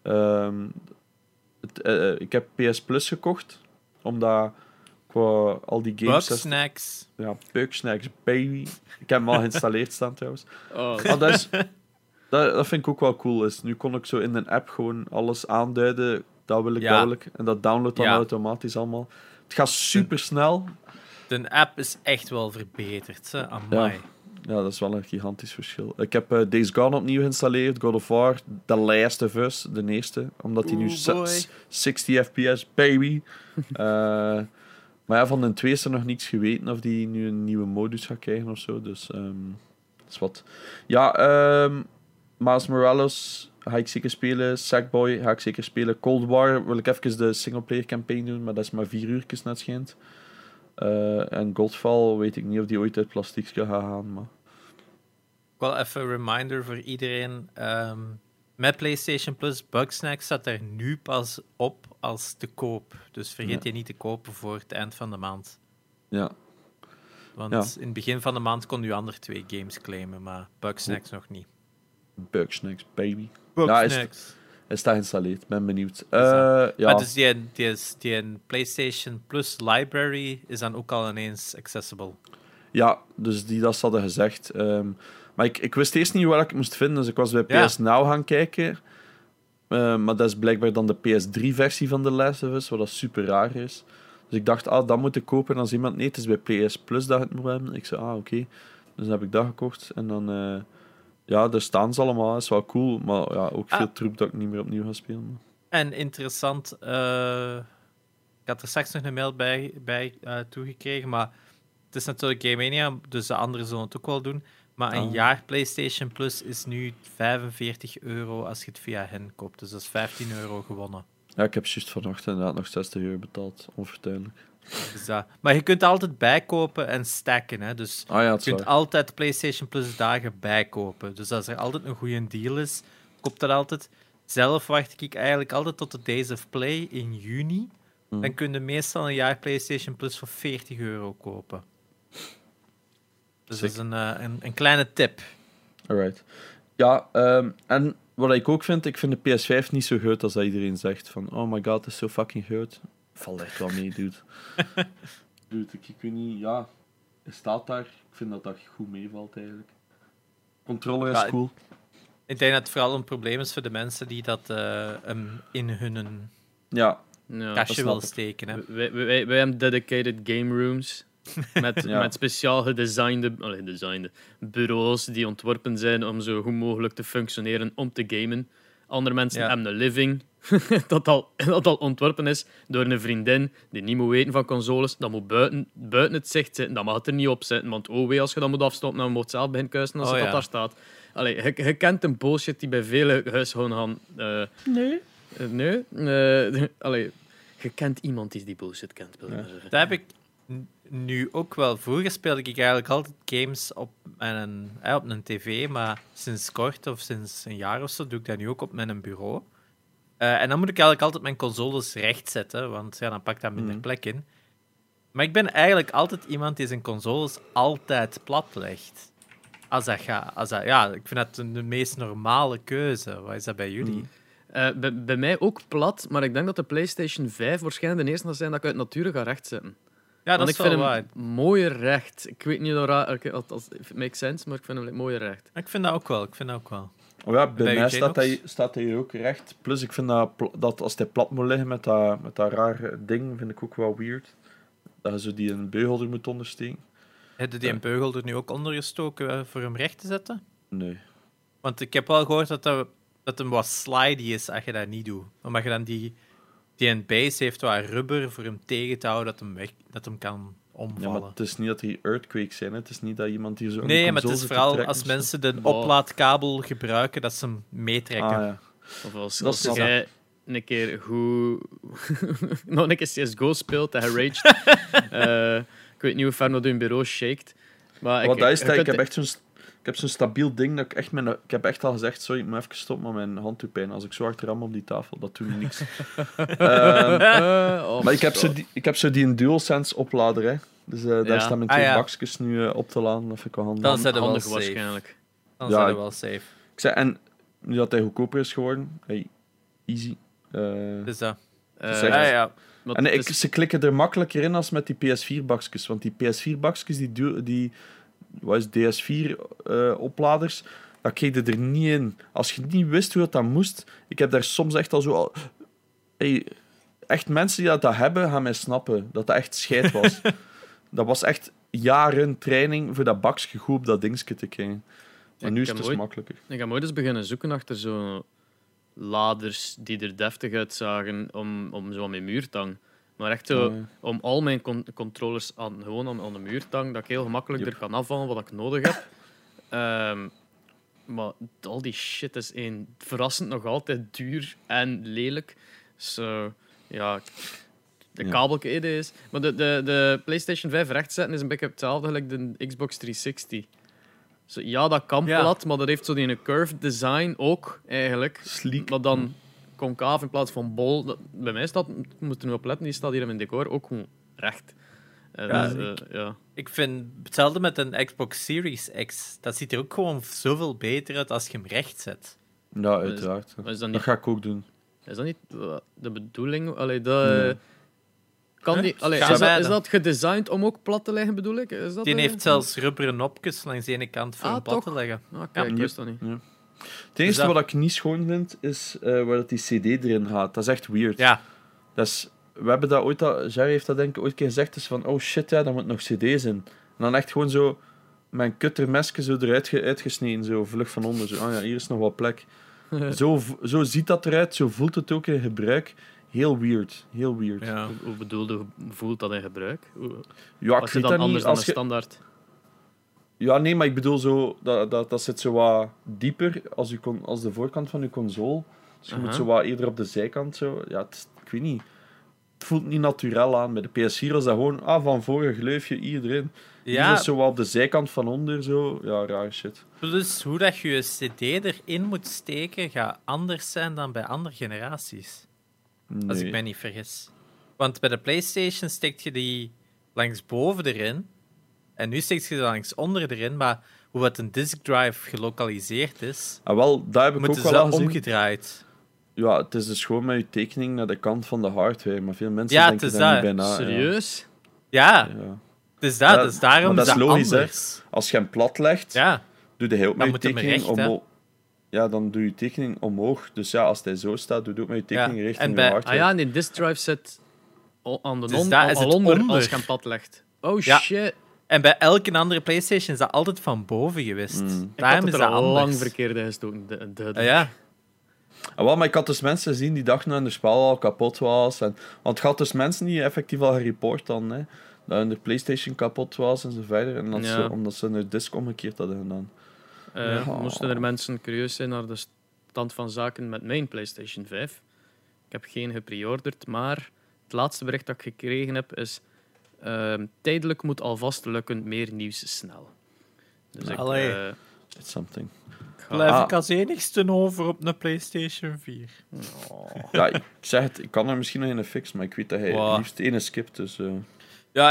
Speaker 3: Ik heb PS Plus gekocht, omdat qua al die games...
Speaker 1: Bugsnacks.
Speaker 3: Ja, Bugsnacks, baby. Ik heb hem al geïnstalleerd staan, trouwens.
Speaker 2: Oh.
Speaker 3: Dat vind ik ook wel cool. Is. Nu kon ik zo in een app gewoon alles aanduiden. Dat wil ik duidelijk. En dat downloadt dan automatisch allemaal. Het gaat super snel.
Speaker 1: De app is echt wel verbeterd. Amai.
Speaker 3: Ja, dat is wel een gigantisch verschil. Ik heb Days Gone opnieuw geïnstalleerd. God of War, The Last of Us, de eerste. Omdat die nu 60 fps, baby. Maar van de twee is er nog niets geweten of die nu een nieuwe modus gaat krijgen of zo. Dus dat is wat. Ja, Miles Morales ga ik zeker spelen. Sackboy ga ik zeker spelen. Cold War wil ik even de singleplayer campaign doen, maar dat is maar 4 uurtjes net schijnt. En Godfall weet ik niet of die ooit uit plastic gaat gaan, maar...
Speaker 1: Wel even een reminder voor iedereen. Met PlayStation Plus, Bugsnax staat er nu pas op als te koop. Dus vergeet je niet te kopen voor het eind van de maand.
Speaker 3: Ja.
Speaker 1: Want in het begin van de maand kon je andere 2 games claimen, maar Bugsnax nog niet.
Speaker 3: Bugsnax, baby.
Speaker 1: Bugsnax.
Speaker 3: Hij staat geïnstalleerd, ben benieuwd.
Speaker 1: Maar dus die PlayStation Plus library is dan ook al ineens accessible.
Speaker 3: Ja, dus dat hadden gezegd. Maar ik wist eerst niet waar ik het moest vinden, dus ik was bij PS Now gaan kijken. Maar dat is blijkbaar dan de PS3-versie van The Last of Us, wat dat super raar is. Dus ik dacht, dat moet ik kopen. En als iemand, nee, het is bij PS Plus dat het moet hebben. Ik zei, oké. Dus dan heb ik dat gekocht. En dan... daar staan ze allemaal. Dat is wel cool. Maar ja, ook veel troep dat ik niet meer opnieuw ga spelen.
Speaker 1: En interessant... ik had er straks nog een mail bij toegekregen, maar het is natuurlijk Game Mania, dus de anderen zullen het ook wel doen. Maar een jaar PlayStation Plus is nu €45 als je het via hen koopt. Dus dat is €15 gewonnen.
Speaker 3: Ja, ik heb juist vanochtend inderdaad nog €60 betaald. Onvertuinlijk.
Speaker 1: Dus maar je kunt altijd bijkopen en stacken. Hè? Dus je kunt altijd PlayStation Plus dagen bijkopen. Dus als er altijd een goede deal is, koop dat altijd. Zelf wacht ik eigenlijk altijd tot de Days of Play in juni. Dan kun je meestal een jaar PlayStation Plus voor €40 kopen. Dus dat is een kleine tip.
Speaker 3: Alright. Ja, en wat ik ook vind, ik vind de PS5 niet zo groot als dat iedereen zegt. Van, oh my god, het is zo fucking groot. Valt echt wel mee, dude. Dude, ik weet niet, ja. Het staat daar. Ik vind dat goed meevalt, eigenlijk. Controller is cool.
Speaker 1: Ik denk dat het vooral een probleem is voor de mensen die dat in hun kastje willen steken. Hè.
Speaker 2: Wij hebben dedicated game rooms. Met speciaal gedesignde bureaus die ontworpen zijn om zo goed mogelijk te functioneren om te gamen. Andere mensen hebben een living dat al ontworpen is door een vriendin die niet moet weten van consoles. Dat moet buiten het zicht zitten. Dat mag het er niet op zitten. Want als je dat moet afstoppen, dan moet je zelf beginnen kuisen als dat daar staat. Allee, je kent een bullshit die bij vele huishouden gaan... Nee. Allee, je kent iemand die bullshit kent.
Speaker 1: Dat heb ik nu ook wel. Vroeger speelde ik eigenlijk altijd games op een tv, maar sinds kort of sinds een jaar of zo doe ik dat nu ook op mijn bureau. En dan moet ik eigenlijk altijd mijn consoles rechtzetten, want dan pakt dat minder plek in. Maar ik ben eigenlijk altijd iemand die zijn consoles altijd plat legt. Als dat gaat. Ik vind dat de meest normale keuze. Wat is dat bij jullie?
Speaker 2: Bij mij ook plat, maar ik denk dat de PlayStation 5 waarschijnlijk de eerste zal zijn dat ik uit nature ga rechtzetten.
Speaker 1: Ja, dat is wel waar.
Speaker 2: Ik vind hem mooier recht. Ik weet niet of het makes sense, maar ik vind hem mooier recht.
Speaker 1: Ik vind dat ook wel.
Speaker 3: Oh ja, bij mij staat hij ook recht. Plus, ik vind dat als hij plat moet liggen met dat rare ding, vind ik ook wel weird. Dat je zo die een beugel er moet ondersteken.
Speaker 1: Heb je die een beugel er nu ook onder gestoken voor hem recht te zetten?
Speaker 3: Nee.
Speaker 1: Want ik heb wel gehoord dat hem wat slidey is als je dat niet doet. Omdat je dan die base heeft wat rubber voor hem tegen te houden dat hem kan omvallen.
Speaker 3: Ja, maar het is niet dat die earthquakes zijn. Hè. Het is niet dat iemand hier zo...
Speaker 1: Nee, maar het is vooral als mensen de oplaadkabel gebruiken, dat ze hem meetrekken.
Speaker 3: Ja.
Speaker 2: Of als jij een keer goed... nog een keer CSGO speelt en geraged. Ik weet niet hoe ver nog je bureau shakt. Maar
Speaker 3: ik heb zo'n stabiel ding dat ik echt... Ik heb echt al gezegd, sorry, ik moet even stoppen met mijn hand doet pijn. Als ik zo hard ram op die tafel, dat doet me niks. Maar ik heb zo die DualSense oplader, hè. Dus daar staan mijn 2 bakjes nu op te laden. Dat vind ik wel handig.
Speaker 1: Dan zijn we
Speaker 2: handig
Speaker 1: wel
Speaker 2: waarschijnlijk.
Speaker 1: Dan zijn we wel safe.
Speaker 3: Ik zei, en nu dat hij goedkoper is geworden, easy.
Speaker 1: Dus dat.
Speaker 3: En ze klikken er makkelijker in als met die PS4-bakjes. Want die PS4-bakjes, die DS4-opladers, dat kreeg je er niet in. Als je niet wist hoe dat moest... Ik heb daar soms echt al zo... echt mensen die dat hebben, gaan mij snappen. Dat echt scheid was. Dat was echt jaren training voor dat bakje goed op dat dingetje te krijgen. Maar nu is het dus makkelijker.
Speaker 2: Ik ga ooit eens beginnen zoeken achter zo'n laders die er deftig uitzagen om zo aan mijn muurtang. Maar echt zo, om al mijn controllers gewoon aan de muurtang, dat ik heel gemakkelijk er kan afvallen wat ik nodig heb. Maar al die shit is verrassend nog altijd duur en lelijk. So, ja, de kabelke is... Maar de PlayStation 5 rechtzetten is een beetje hetzelfde als de Xbox 360. So, ja, dat kan plat, maar dat heeft zo die curved design ook, eigenlijk.
Speaker 3: Sleek.
Speaker 2: Maar dan concaaf in plaats van bol. Bij mij staat, ik moet er nu op letten, die staat hier in mijn decor ook gewoon recht.
Speaker 1: Ik vind hetzelfde met een Xbox Series X. Dat ziet er ook gewoon zoveel beter uit als je hem recht zet.
Speaker 3: Ja, uiteraard. Dat ga ik ook doen.
Speaker 2: Is dat niet de bedoeling? Is dat gedesigned om ook plat te leggen, bedoel ik?
Speaker 1: Die heeft zelfs rubberen nopjes langs de ene kant voor hem plat te leggen.
Speaker 2: Kijk, ik wist dat niet.
Speaker 3: Ja. Het enige wat ik niet schoon vind, is waar dat die CD erin gaat. Dat is echt weird.
Speaker 1: Ja.
Speaker 3: We hebben dat ooit... Jerry heeft dat denk ik ooit een keer gezegd. Dus van, oh shit, ja, daar moet nog CD's in. En dan echt gewoon zo... Mijn kuttermesje zo eruit uitgesneden. Zo vlug van onder. Zo, hier is nog wat plek. Zo ziet dat eruit. Zo voelt het ook in gebruik. Heel weird. Heel weird.
Speaker 2: Ja. Hoe bedoelde, hoe voelt dat in gebruik?
Speaker 3: Ja,
Speaker 2: ik weet dat anders dan een standaard?
Speaker 3: Ja, nee, maar ik bedoel zo... Dat zit zo wat dieper als de voorkant van je console. Dus je moet zo wat eerder op de zijkant zo... Ja, ik weet niet. Het voelt niet naturel aan. Bij de PS4 is dat gewoon... van voren gleuf je hier erin. Ja. Hier is zo wat op de zijkant van onder zo. Ja, raar shit.
Speaker 1: Dus hoe dat je CD erin moet steken, gaat anders zijn dan bij andere generaties. Nee. Als ik mij niet vergis. Want bij de PlayStation steekt je die langs boven erin. En nu steekt je die langs onder erin. Maar hoe wat een disk drive gelokaliseerd is...
Speaker 3: Wel, daar heb ik ook wel aan gezien.
Speaker 1: Omgedraaid.
Speaker 3: Ja, het is dus gewoon met je tekening naar de kant van de hardware. Maar veel mensen denken daar niet bij na.
Speaker 2: Serieus?
Speaker 1: Ja. Het is dat. Dus daarom
Speaker 3: dat is logisch,
Speaker 1: anders.
Speaker 3: Hè. Als je hem plat legt, doe je ook met je tekening omhoog. Ja, dan doe je tekening omhoog. Dus ja, als hij zo staat, doe je ook met je tekening richting de hardware.
Speaker 2: En die disk drive zit aan de onder als je hem plat legt. Oh shit.
Speaker 1: En bij elke andere PlayStation is dat altijd van boven geweest.
Speaker 2: Daarom is dat al lang verkeerd gestoken.
Speaker 3: Maar ik had dus mensen gezien die dachten dat hun spel al kapot was. Want ik had dus mensen die effectief al gereport dan, hè, dat hun PlayStation kapot was en zo verder. En omdat ze hun disc omgekeerd hadden gedaan.
Speaker 2: Moesten er mensen curieus zijn naar de stand van zaken met mijn PlayStation 5? Ik heb geen gepreorderd, maar het laatste bericht dat ik gekregen heb is... tijdelijk moet alvast lukken, meer nieuws snel. Dus
Speaker 3: it's something.
Speaker 1: Blijf ik als enigste over op een PlayStation 4.
Speaker 3: Ja, ik zeg het, ik kan er misschien nog een fix, maar ik weet dat hij liefst ene skipt. Dus,
Speaker 1: Ja,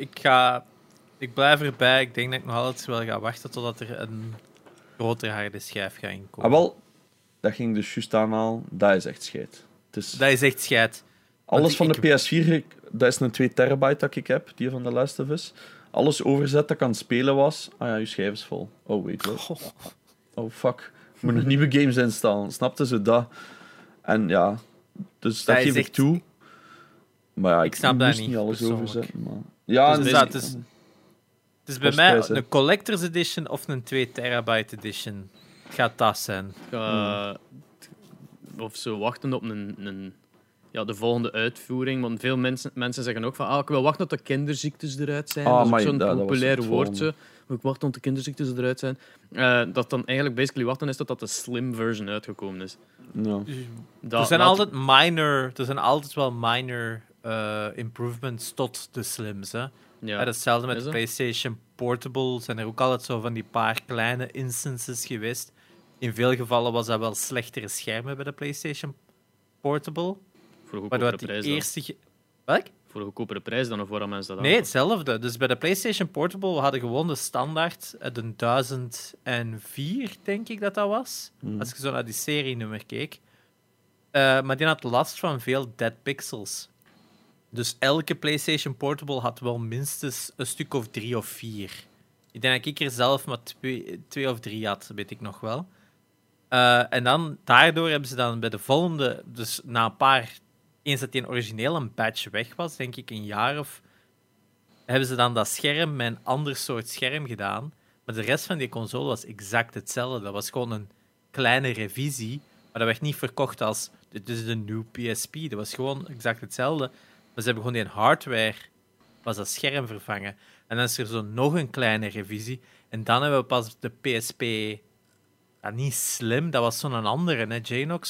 Speaker 1: ik blijf erbij. Ik denk dat ik nog altijd wel ga wachten totdat er een grotere harde schijf gaat inkomen.
Speaker 3: Wel, dat ging dus juist aanhalen. Dat is echt scheid.
Speaker 1: Dat is echt scheid.
Speaker 3: Alles van de PS4, dat is een 2 terabyte dat ik heb, die van The Last of Us. Alles overzet dat ik aan het spelen was. Je schijf is vol. Oh, wait, what? Oh, fuck. Ik moet nog nieuwe games installen. Snapte ze dat? En ja, dus dat geef ik toe. Maar ja, ik snap dat niet alles overzetten. Maar... Ja,
Speaker 1: dus het is bij mij een Collector's Edition of een 2 terabyte edition. Gaat dat zijn?
Speaker 2: Of zo wachten op een de volgende uitvoering. Want veel mensen zeggen ook van ik wil wachten tot de kinderziektes eruit zijn.
Speaker 3: Ah,
Speaker 2: dat is
Speaker 3: maar
Speaker 2: ook zo'n
Speaker 3: dat
Speaker 2: populair
Speaker 3: was het
Speaker 2: woordje. Ik wacht tot de kinderziektes eruit zijn. Dat dan eigenlijk basically wachten is totdat de slim version uitgekomen is.
Speaker 3: Ja.
Speaker 1: Er zijn altijd wel minor improvements tot de slims. Hè?
Speaker 2: Ja.
Speaker 1: Hetzelfde met de PlayStation Portable. Zijn er ook altijd zo van die paar kleine instances geweest. In veel gevallen was dat wel slechtere schermen bij de PlayStation Portable.
Speaker 2: Voor een goedkopere prijs
Speaker 1: Welk?
Speaker 2: Voor een goedkopere prijs dan, of waarom mensen dat
Speaker 1: Nee, hetzelfde. Dus bij de PlayStation Portable we hadden gewoon de standaard uit een 1004, denk ik dat was. Als je zo naar die serienummer keek. Maar die had last van veel dead pixels. Dus elke PlayStation Portable had wel minstens een stuk of 3 of 4. Ik denk dat ik er zelf maar 2 of 3 had, weet ik nog wel. En dan, daardoor hebben ze dan bij de volgende, dus na een paar, eens dat die een origineel een patch weg was, denk ik een jaar of, hebben ze dan dat scherm met een ander soort scherm gedaan. Maar de rest van die console was exact hetzelfde. Dat was gewoon een kleine revisie, maar dat werd niet verkocht als, dit is de new PSP. Dat was gewoon exact hetzelfde. Maar ze hebben gewoon die hardware, was dat scherm vervangen. En dan is er zo nog een kleine revisie. En dan hebben we pas de PSP... Ja, niet slim, dat was zo'n andere, hè, Janox.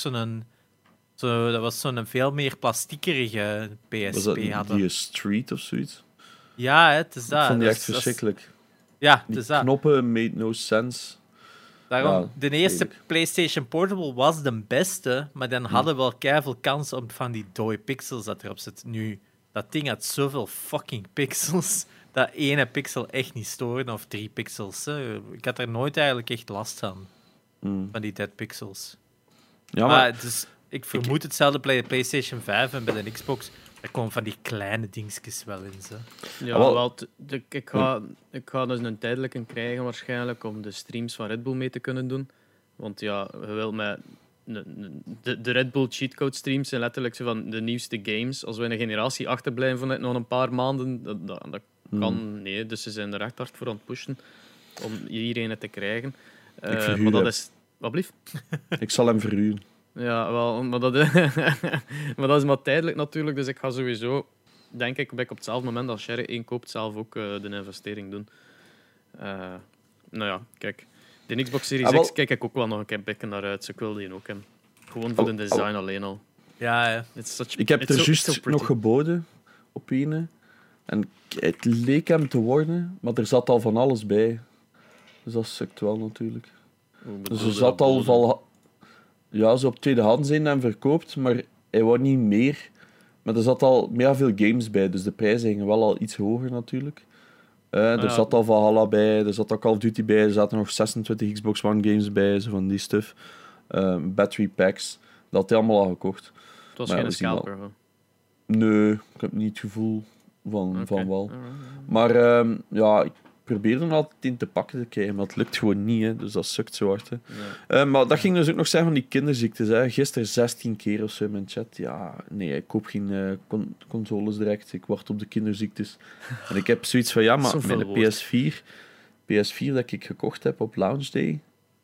Speaker 1: Dat was zo'n veel meer plastiekerige PSP.
Speaker 3: Was dat die Street of zoiets?
Speaker 1: Ja, het is dat.
Speaker 3: Ik vond die echt verschrikkelijk.
Speaker 1: Ja, het is dat.
Speaker 3: Knoppen made no sense.
Speaker 1: Daarom, de eerste PlayStation Portable was de beste, maar dan hadden we wel keiveel kans op van die dode pixels dat erop zit. Nu, dat ding had zoveel fucking pixels, dat ene pixel echt niet storen, of 3 pixels. Hè. Ik had er nooit eigenlijk echt last van die dead pixels.
Speaker 3: Ja, maar
Speaker 1: dus, ik vermoed hetzelfde bij de PlayStation 5 en bij de Xbox. Er komen van die kleine dingetjes wel in. Zo.
Speaker 2: Ja, ik ga dus een tijdelijke krijgen waarschijnlijk om de streams van Red Bull mee te kunnen doen. Want ja, je wil met de Red Bull cheatcode streams zijn letterlijk zo van de nieuwste games. Als we een generatie achterblijven vanuit nog een paar maanden, dat kan nee. Dus ze zijn er echt hard voor aan het pushen om iedereen te krijgen. Maar dat is... Wat blieft?
Speaker 3: Ik zal hem verhuren.
Speaker 2: Ja, wel, maar dat is maar tijdelijk natuurlijk. Dus ik ga sowieso, denk ik, op hetzelfde moment als Sherry één koopt, zelf ook de investering doen. Nou ja, kijk. De Xbox Series X kijk ik ook wel nog een beetje naar uit. Dus ik wil die ook hebben. Gewoon voor de design alleen al.
Speaker 1: Ja.
Speaker 3: Ik heb er juist nog geboden op een. En het leek hem te worden, maar er zat al van alles bij. Dus dat sukt wel natuurlijk. Dus er zat al van... Ja, ze op tweedehands zijn en verkoopt, maar hij wou niet meer. Maar er zat al mega veel games bij, dus de prijzen gingen wel al iets hoger natuurlijk. Er zat al Valhalla bij, er zat al Call of Duty bij, er zaten nog 26 Xbox One games bij, zo van die stuff. Battery packs, dat had hij allemaal al gekocht.
Speaker 2: Het was geen scalper, hoor.
Speaker 3: Nee, ik heb niet het gevoel van wel. Maar ja, ik probeer er altijd in te pakken te krijgen, maar het lukt gewoon niet, hè, dus dat sukt zo hard. Hè. Ja. Maar dat ging dus ook nog zijn van die kinderziektes. Hè. Gisteren 16 keer of zo in mijn chat. Ja, nee, ik koop geen consoles direct. Ik wacht op de kinderziektes. En ik heb zoiets van, ja, maar met de PS4 dat ik gekocht heb op launch day,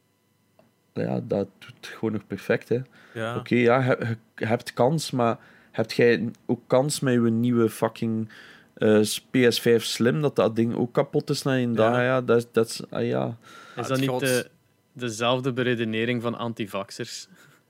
Speaker 3: ja, dat doet gewoon nog perfect. Hè.
Speaker 1: Ja.
Speaker 3: Oké, ja, je hebt kans, maar heb jij ook kans met je nieuwe fucking... PS5 Slim, dat ding ook kapot is na een dag. Ja, dat is... ja.
Speaker 2: Is dat niet dezelfde beredenering van antivaxers?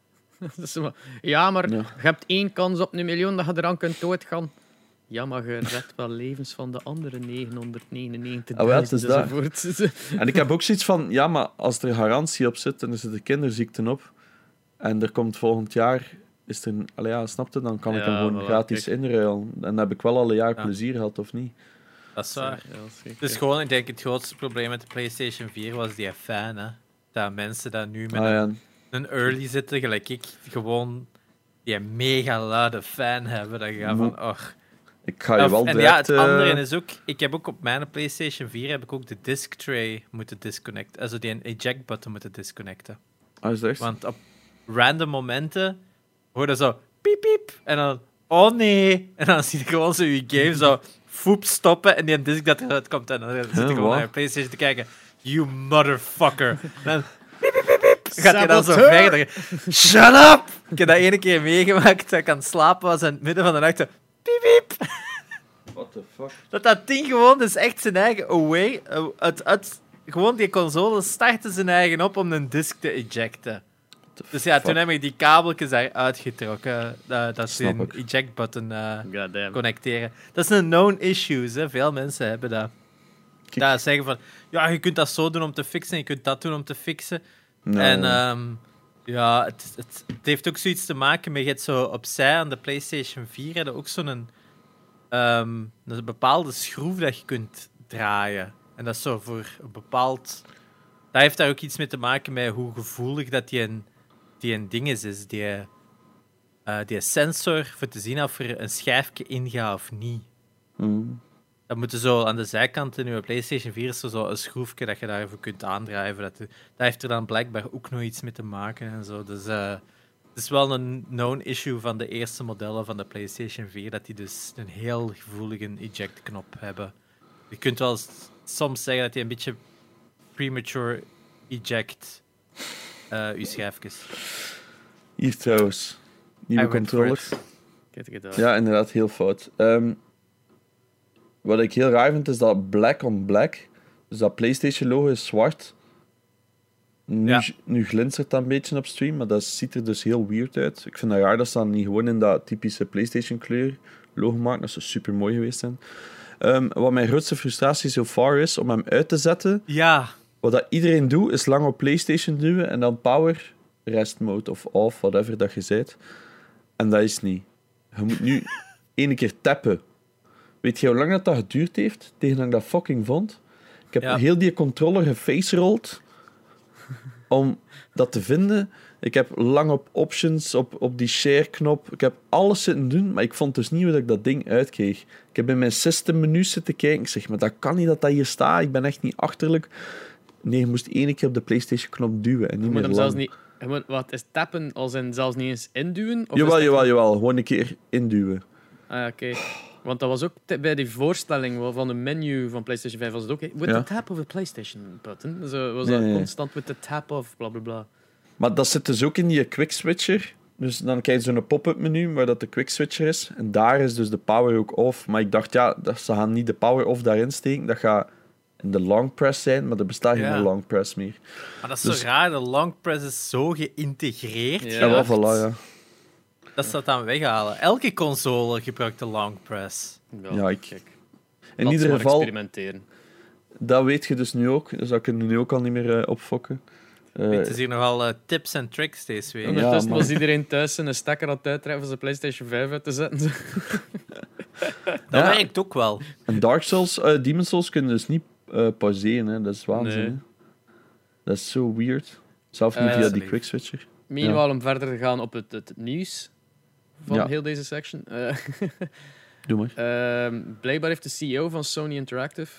Speaker 2: Ja, maar je hebt 1 kans op 1 miljoen dat je eraan kunt doodgaan. Ja, maar je redt wel levens van de andere 999.000 enzovoort.
Speaker 3: En ik heb ook zoiets van, ja, maar als er garantie op zit en er zitten kinderziekten op en er komt volgend jaar... Is er snap je, dan kan ik hem gewoon gratis inruilen. En dan heb ik wel al een jaar plezier gehad, of niet?
Speaker 1: Dat is waar. Dus gewoon, ik denk, het grootste probleem met de PlayStation 4 was die fan, hè. Dat mensen dat nu met een early zitten, gelijk ik, gewoon die mega luide fan hebben. Dat je gaat van,
Speaker 3: ik ga je wel
Speaker 1: en
Speaker 3: direct...
Speaker 1: ja, het andere is ook... Ik heb ook op mijn PlayStation 4 heb ik ook de disc tray moeten disconnecten. Also die eject button moeten disconnecten.
Speaker 3: Is dat echt?
Speaker 1: Want op random momenten... hoor je zo, piep, piep, en dan, oh nee, en dan zie je gewoon zo je game zo, foep, stoppen, en die disc dat eruit komt, en dan zit je gewoon naar je PlayStation te kijken, you motherfucker. En dan, piep, piep, piep, piep, gaat je dan zo verder. Shut up! Ik heb dat ene keer meegemaakt dat ik aan het slapen was en in het midden van de nacht zo... Piep, piep.
Speaker 3: What the fuck?
Speaker 1: Dat ding gewoon dus echt zijn eigen away... gewoon die console startte zijn eigen op om een disk te ejecten. Dus ja, toen heb ik die kabeltjes daar uitgetrokken. Dat ze een eject-button connecteren. Dat is een known issue, hè. Veel mensen hebben dat. Dat zeggen van, ja, je kunt dat zo doen om te fixen, je kunt dat doen om te fixen. Nee. En ja, het heeft ook zoiets te maken met, je hebt zo opzij aan de PlayStation 4 heb je ook zo'n een bepaalde schroef dat je kunt draaien. En dat is zo voor een bepaald... Dat heeft daar ook iets mee te maken met hoe gevoelig dat die een ding is. Die sensor, voor te zien of er een schijfje ingaat of niet. Dat moet zo aan de zijkant in je PlayStation 4 is zo een schroefje dat je daarvoor kunt aandrijven. Dat heeft er dan blijkbaar ook nog iets mee te maken en zo. Dus het is wel een known issue van de eerste modellen van de PlayStation 4, dat die dus een heel gevoelige eject-knop hebben. Je kunt wel soms zeggen dat die een beetje premature eject je schijfjes.
Speaker 3: Hier trouwens, nieuwe controller. Ja, inderdaad, heel fout. Wat ik heel raar vind, is dat black on black. Dus dat PlayStation-logo is zwart. Nu glinstert dat een beetje op stream, maar dat ziet er dus heel weird uit. Ik vind het raar dat ze dan niet gewoon in dat typische PlayStation-kleur logo maken. Dat zou super mooi geweest zijn. Wat mijn grootste frustratie so far is, om hem uit te zetten.
Speaker 1: Ja.
Speaker 3: Wat dat iedereen doet, is lang op PlayStation duwen en dan power, rest mode of off, whatever dat je zet. En dat is niet. Je moet nu 1 keer tappen. Weet je hoe lang dat geduurd heeft tegen dat ik dat fucking vond? Ik heb heel die controller gefacerolled om dat te vinden. Ik heb lang op options, op die share-knop. Ik heb alles zitten doen, maar ik vond dus niet hoe ik dat ding uitkreeg. Ik heb in mijn system-menu zitten kijken. Ik zeg, maar dat kan niet dat hier staat. Ik ben echt niet achterlijk. Nee, je moest 1 keer op de PlayStation-knop duwen en niet meer lang.
Speaker 2: Zelfs niet... Wat is tappen als in zelfs niet eens induwen? Of
Speaker 3: jawel. Gewoon een keer induwen.
Speaker 2: Ah, oké. Want dat was ook bij die voorstelling van de menu van PlayStation 5 was het ook... With the tap of the PlayStation button. Zo was dat constant with the tap of bla bla bla.
Speaker 3: Maar dat zit dus ook in die quick switcher. Dus dan krijg je zo'n pop-up menu waar dat de quick switcher is. En daar is dus de power ook off. Maar ik dacht, dat ze gaan niet de power off daarin steken. Dat gaat in de long press zijn, maar er bestaat geen long press meer.
Speaker 1: Maar dat is dus zo raar, de long press is zo geïntegreerd.
Speaker 3: Ja, wel, voilà, ja.
Speaker 1: Dat ze dat dan weghalen. Elke console gebruikt de long press.
Speaker 3: Ja, in ieder geval...
Speaker 2: experimenteren.
Speaker 3: Dat weet je dus nu ook. Dus dat kunnen we nu ook al niet meer opfokken.
Speaker 1: Het is hier nogal tips en tricks deze week.
Speaker 2: Ondertussen was iedereen thuis een stekker aan het uittrekken voor zijn PlayStation 5 uit te zetten.
Speaker 1: Dat werkt ook wel.
Speaker 3: En Demon's Souls kunnen dus niet pauzeren. Hè. Dat is waanzin. Nee. Dat is zo weird. Zelfs niet via die quick switcher.
Speaker 2: Minimaal om verder te gaan op het nieuws van heel deze section.
Speaker 3: Doe maar.
Speaker 2: Blijkbaar heeft de CEO van Sony Interactive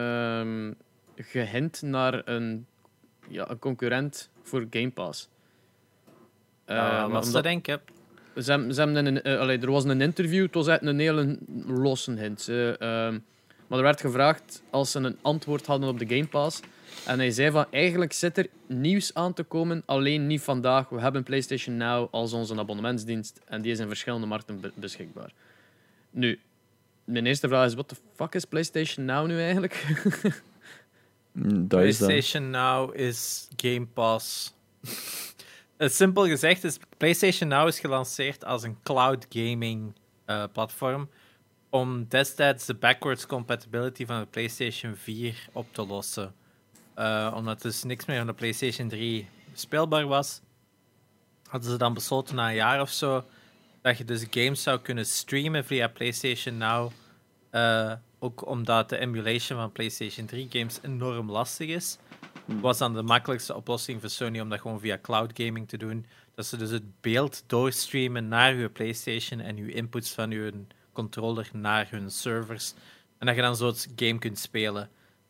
Speaker 2: gehint naar een concurrent voor Game Pass.
Speaker 1: Wat ze denken.
Speaker 2: Ze hebben er was een interview, het was echt een hele losse hint. Maar er werd gevraagd als ze een antwoord hadden op de Game Pass. En hij zei van, eigenlijk zit er nieuws aan te komen, alleen niet vandaag. We hebben PlayStation Now als onze abonnementsdienst en die is in verschillende markten beschikbaar. Nu, mijn eerste vraag is, what the fuck is PlayStation Now nu eigenlijk?
Speaker 1: PlayStation Now is Game Pass. Simpel gezegd is PlayStation Now is gelanceerd als een cloud gaming platform om destijds de backwards compatibility van de PlayStation 4 op te lossen. Omdat dus niks meer van de PlayStation 3 speelbaar was, hadden ze dan besloten na een jaar of zo dat je dus games zou kunnen streamen via PlayStation Now. Ook omdat de emulation van PlayStation 3 games enorm lastig is, was dan de makkelijkste oplossing voor Sony om dat gewoon via cloud gaming te doen. Dat ze dus het beeld doorstreamen naar je PlayStation en je inputs van je controller naar hun servers. En dat je dan zo'n game kunt spelen.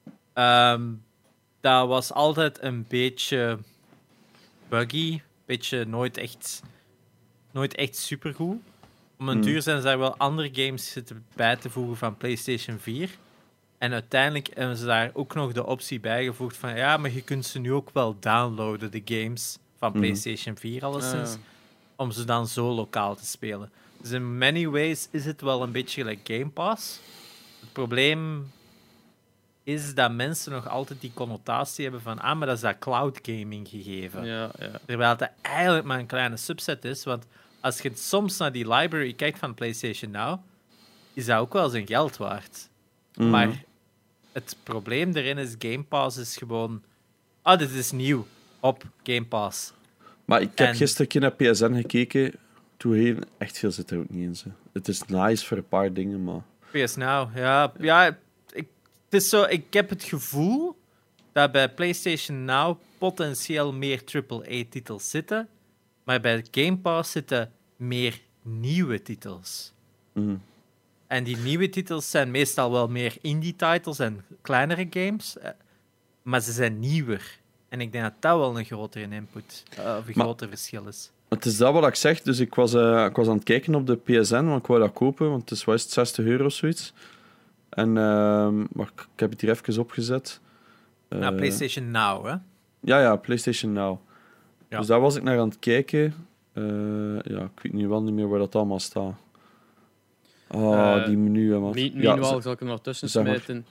Speaker 1: Dat was altijd een beetje buggy. Beetje nooit echt supergoed. Om een duur zijn er wel andere games zitten bij te voegen van PlayStation 4. En uiteindelijk hebben ze daar ook nog de optie bijgevoegd van maar je kunt ze nu ook wel downloaden, de games van PlayStation 4 alleszins. om ze dan zo lokaal te spelen. Dus in many ways is het wel een beetje like Game Pass. Het probleem is dat mensen nog altijd die connotatie hebben van maar dat is dat cloud gaming gegeven.
Speaker 2: Ja.
Speaker 1: Terwijl het eigenlijk maar een kleine subset is, want als je soms naar die library kijkt van PlayStation Now, is dat ook wel zijn geld waard. Maar het probleem erin is, Game Pass is gewoon... dit is nieuw op Game Pass.
Speaker 3: Maar ik heb gisteren naar PSN gekeken. Toen echt veel zit er ook niet in. Ze. Het is nice voor een paar dingen, maar...
Speaker 1: PS Now, ja. Het is zo, ik heb het gevoel dat bij PlayStation Now potentieel meer AAA-titels zitten, maar bij Game Pass zitten meer nieuwe titels. En die nieuwe titels zijn meestal wel meer indie-titles en kleinere games, maar ze zijn nieuwer. En ik denk dat dat wel een grotere input, of een groter verschil is.
Speaker 3: Het is dat wat ik zeg. Dus ik was aan het kijken op de PSN, want ik wou dat kopen, want het is €60 of zoiets. En, maar ik heb het hier even opgezet.
Speaker 1: PlayStation Now, hè?
Speaker 3: Ja, PlayStation Now. Ja. Dus daar was ik naar aan het kijken. Ik weet nu wel niet meer waar dat allemaal staat. Die menu.
Speaker 2: Meanwhile zal ik er nog tussen smijten.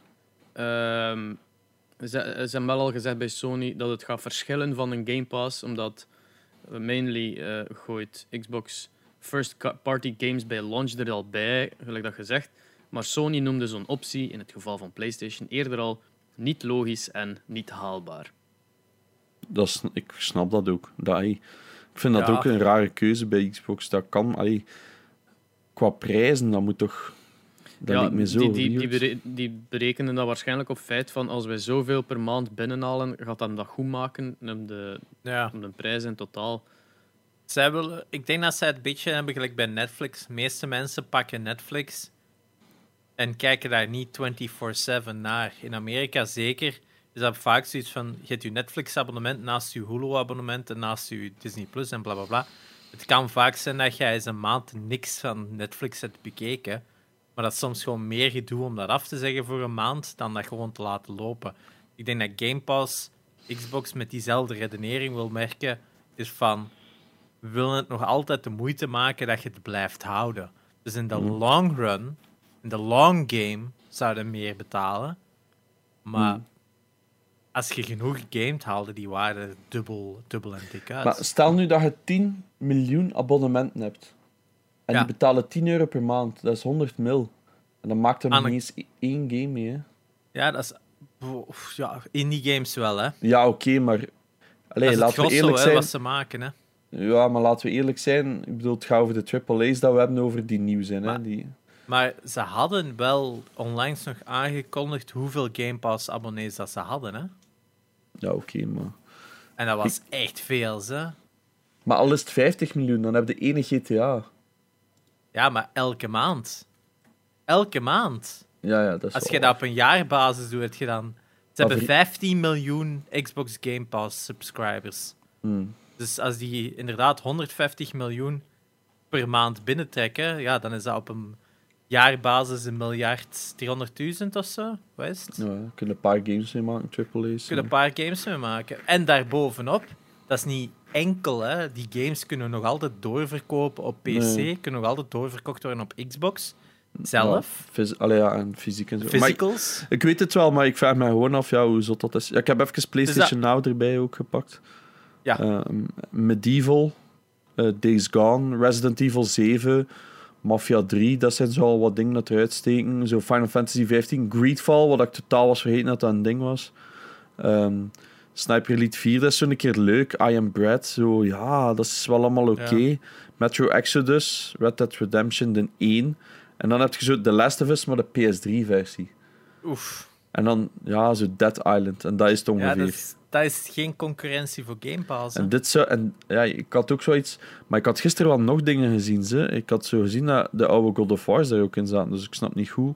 Speaker 2: Ze hebben wel al gezegd bij Sony dat het gaat verschillen van een Game Pass, omdat mainly gooit Xbox first-party games bij launch er al bij, gelijk dat gezegd. Maar Sony noemde zo'n optie, in het geval van PlayStation, eerder al niet logisch en niet haalbaar.
Speaker 3: Ik snap dat ook. Ik vind dat ook een rare keuze bij Xbox. Dat kan... qua prijzen, dat moet toch... Dat lijkt me zo
Speaker 2: die berekenen dat waarschijnlijk op feit van als wij zoveel per maand binnenhalen, gaat dat goed maken om de prijs in totaal.
Speaker 1: Ik denk dat zij het beetje hebben gelijk bij Netflix. De meeste mensen pakken Netflix en kijken daar niet 24/7 naar. In Amerika zeker is dat vaak zoiets van, je hebt je Netflix-abonnement naast je Hulu-abonnement en naast je Disney Plus en blablabla. Bla, bla. Het kan vaak zijn dat jij eens een maand niks van Netflix hebt bekeken, maar dat is soms gewoon meer gedoe om dat af te zeggen voor een maand dan dat gewoon te laten lopen. Ik denk dat Game Pass Xbox met diezelfde redenering wil merken, is van, we willen het nog altijd de moeite maken dat je het blijft houden. Dus in de long run, in de long game, zouden meer betalen. Maar als je genoeg gamet, haalde die waarde dubbel en dik uit.
Speaker 3: Maar stel nu dat je 10 miljoen abonnementen hebt. En die betalen €10 per maand. Dat is 100 mil. En dan maakt er nog eens één game mee, hè.
Speaker 1: Ja, dat is... indie games wel, hè.
Speaker 3: Ja, oké, maar... laten we eerlijk zijn...
Speaker 1: wat ze maken, hè.
Speaker 3: Ja, maar laten we eerlijk zijn. Ik bedoel, het gaat over de AAA's dat we hebben over die nieuw zijn, hè.
Speaker 1: Maar ze hadden wel onlangs nog aangekondigd hoeveel Game Pass-abonnees dat ze hadden, hè.
Speaker 3: Ja, oké, maar...
Speaker 1: En dat was echt veel, hè.
Speaker 3: Maar al is het 50 miljoen, dan heb je ene GTA.
Speaker 1: Ja, maar elke maand. Elke maand.
Speaker 3: Ja, dat is
Speaker 1: als je dat op een jaarbasis doet, heb je dan... Ze hebben 15 miljoen Xbox Game Pass subscribers. Dus als die inderdaad 150 miljoen per maand binnentrekken, ja, dan is dat op een jaarbasis 1.300.000 of zo. Wat is het?
Speaker 3: Ja, je kunt een paar games mee maken, AAA's.
Speaker 1: Een paar games mee maken. En daarbovenop, dat is niet enkel, hè. Die games kunnen nog altijd doorverkopen op PC, kunnen nog altijd doorverkocht worden op Xbox zelf.
Speaker 3: En fysiek en zo.
Speaker 1: Physicals.
Speaker 3: Ik weet het wel, maar ik vraag me gewoon af hoe zot dat is. Ja, ik heb even PlayStation Now erbij ook gepakt.
Speaker 1: Ja.
Speaker 3: Medieval, Days Gone, Resident Evil 7, Mafia 3, dat zijn zo al wat dingen dat eruit steken. Zo Final Fantasy 15, Greedfall, wat ik totaal was vergeten dat dat een ding was. Sniper Elite 4, dat is zo'n keer leuk. I Am Bread, zo, ja, dat is wel allemaal oké. Ja. Metro Exodus, Red Dead Redemption, de 1. En dan heb je zo The Last of Us, maar de PS3-versie.
Speaker 1: Oef.
Speaker 3: En dan, ja, zo Dead Island. En dat is het ongeveer.
Speaker 1: Ja, dat is geen concurrentie voor Game Pass.
Speaker 3: Hè? Ik had ook zoiets... Maar ik had gisteren wel nog dingen gezien. Ik had zo gezien dat de oude God of War's daar ook in zaten. Dus ik snap niet goed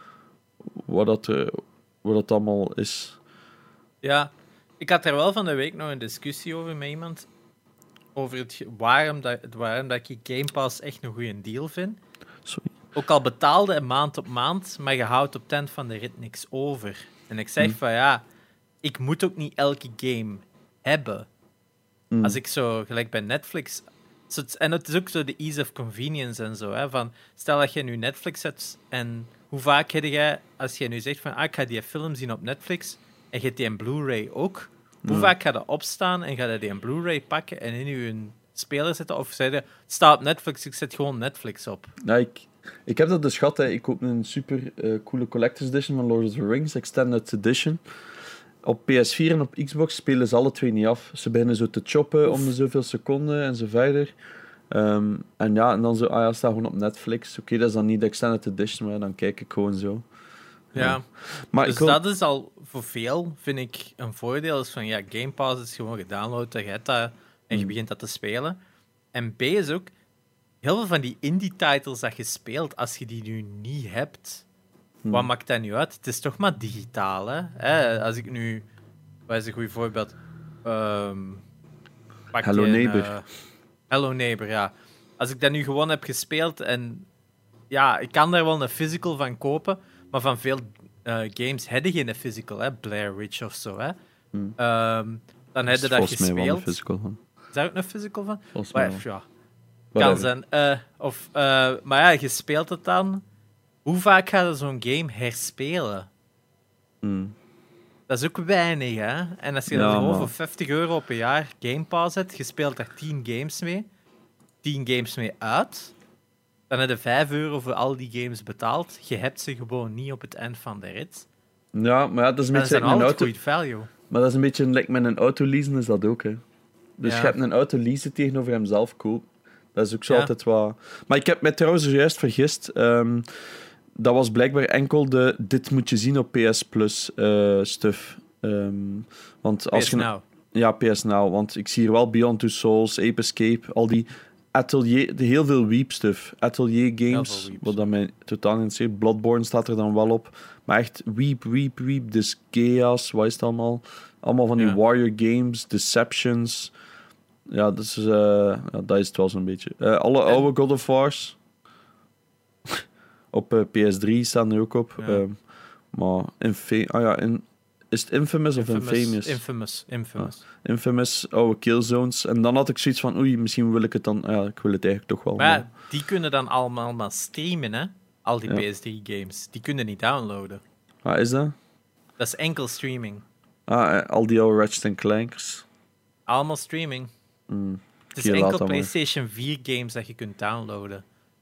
Speaker 3: wat dat allemaal is.
Speaker 1: Ja, ik had er wel van de week nog een discussie over met iemand. Over waarom dat ik Game Pass echt een goede deal vind.
Speaker 3: Sorry.
Speaker 1: Ook al betaalde een maand op maand, maar je houdt op ten van de rit niks over. En ik zeg van ja, ik moet ook niet elke game hebben. Als ik zo, gelijk bij Netflix, En het is ook zo de ease of convenience en zo. Hè, van, stel dat je nu Netflix hebt en hoe vaak heb jij, als je nu zegt van ik ga die film zien op Netflix en je hebt die een Blu-ray ook, hoe vaak ga je opstaan en ga je die een Blu-ray pakken en in je speler zetten? Of zei je, het staat op Netflix, ik zet gewoon Netflix op.
Speaker 3: Ja, ik heb dat dus gehad. Hè. Ik koop een super coole Collector's Edition van Lord of the Rings, Extended Edition. Op PS4 en op Xbox spelen ze alle twee niet af. Ze beginnen zo te choppen om de zoveel seconden en zo verder. En dan zo, staat gewoon op Netflix. Oké, dat is dan niet de Extended Edition, maar dan kijk ik gewoon zo.
Speaker 1: Ja. Maar dus dat is al voor veel, vind ik, een voordeel. Is van, Game Pass is gewoon gedownload, je hebt dat en je begint dat te spelen. En B is ook, heel veel van die indie-titles dat je speelt, als je die nu niet hebt, wat maakt dat nu uit? Het is toch maar digitaal, hè? Als ik nu... Wat is een goed voorbeeld?
Speaker 3: Hello Neighbor.
Speaker 1: Hello Neighbor, ja. Als ik dat nu gewoon heb gespeeld en... Ja, ik kan daar wel een physical van kopen, maar van veel games heb je geen physical, hè? Blair Witch of zo, hè? Dan heb je dat gespeeld. Mij wel een physical van. Is daar ook een physical van?
Speaker 3: Volgens mij
Speaker 1: ja. Kan zijn. Maar ja, je speelt het dan... Hoe vaak ga je zo'n game herspelen? Dat is ook weinig, hè? En als je dan gewoon voor €50 per jaar Game Pass hebt, je speelt daar 10 games mee, 10 games mee uit, dan heb je €5 voor al die games betaald. Je hebt ze gewoon niet op het eind van de rit.
Speaker 3: Ja, maar dat is een beetje
Speaker 1: like een auto. Value.
Speaker 3: Maar dat is een beetje like met een auto leasen is dat ook, hè? Dus je hebt een auto leasen tegenover hem zelf kopen. Dat is ook zo altijd wat... Maar ik heb mij trouwens zojuist vergist. Dat was blijkbaar enkel de dit moet je zien op PS Plus stuff. Want als
Speaker 1: PS
Speaker 3: je...
Speaker 1: Now.
Speaker 3: Ja, PS Now. Want ik zie hier wel Beyond Two Souls, Ape Escape, al die Atelier... Heel veel Weep stuff. Atelier games, wat dat mij totaal niet interesseert. Bloodborne staat er dan wel op. Maar echt Weep. Dus Chaos, wat is het allemaal? Allemaal van die warrior games, Deceptions... Ja, dus, dat is het wel zo'n beetje. Alle oude God of War's op PS3 staan er ook op. Ja. Maar is het Infamous of Infamous? Infamous, oude Killzones. En dan had ik zoiets van, misschien wil ik het dan... Ja, ik wil het eigenlijk toch wel.
Speaker 1: Maar die kunnen dan allemaal maar streamen, hè? Al die PS3-games. Die kunnen niet downloaden.
Speaker 3: Is dat?
Speaker 1: Dat is enkel streaming.
Speaker 3: Al die oude Ratchet & Clankers.
Speaker 1: Allemaal streaming. Het is enkel PlayStation 4 games dat je kunt downloaden.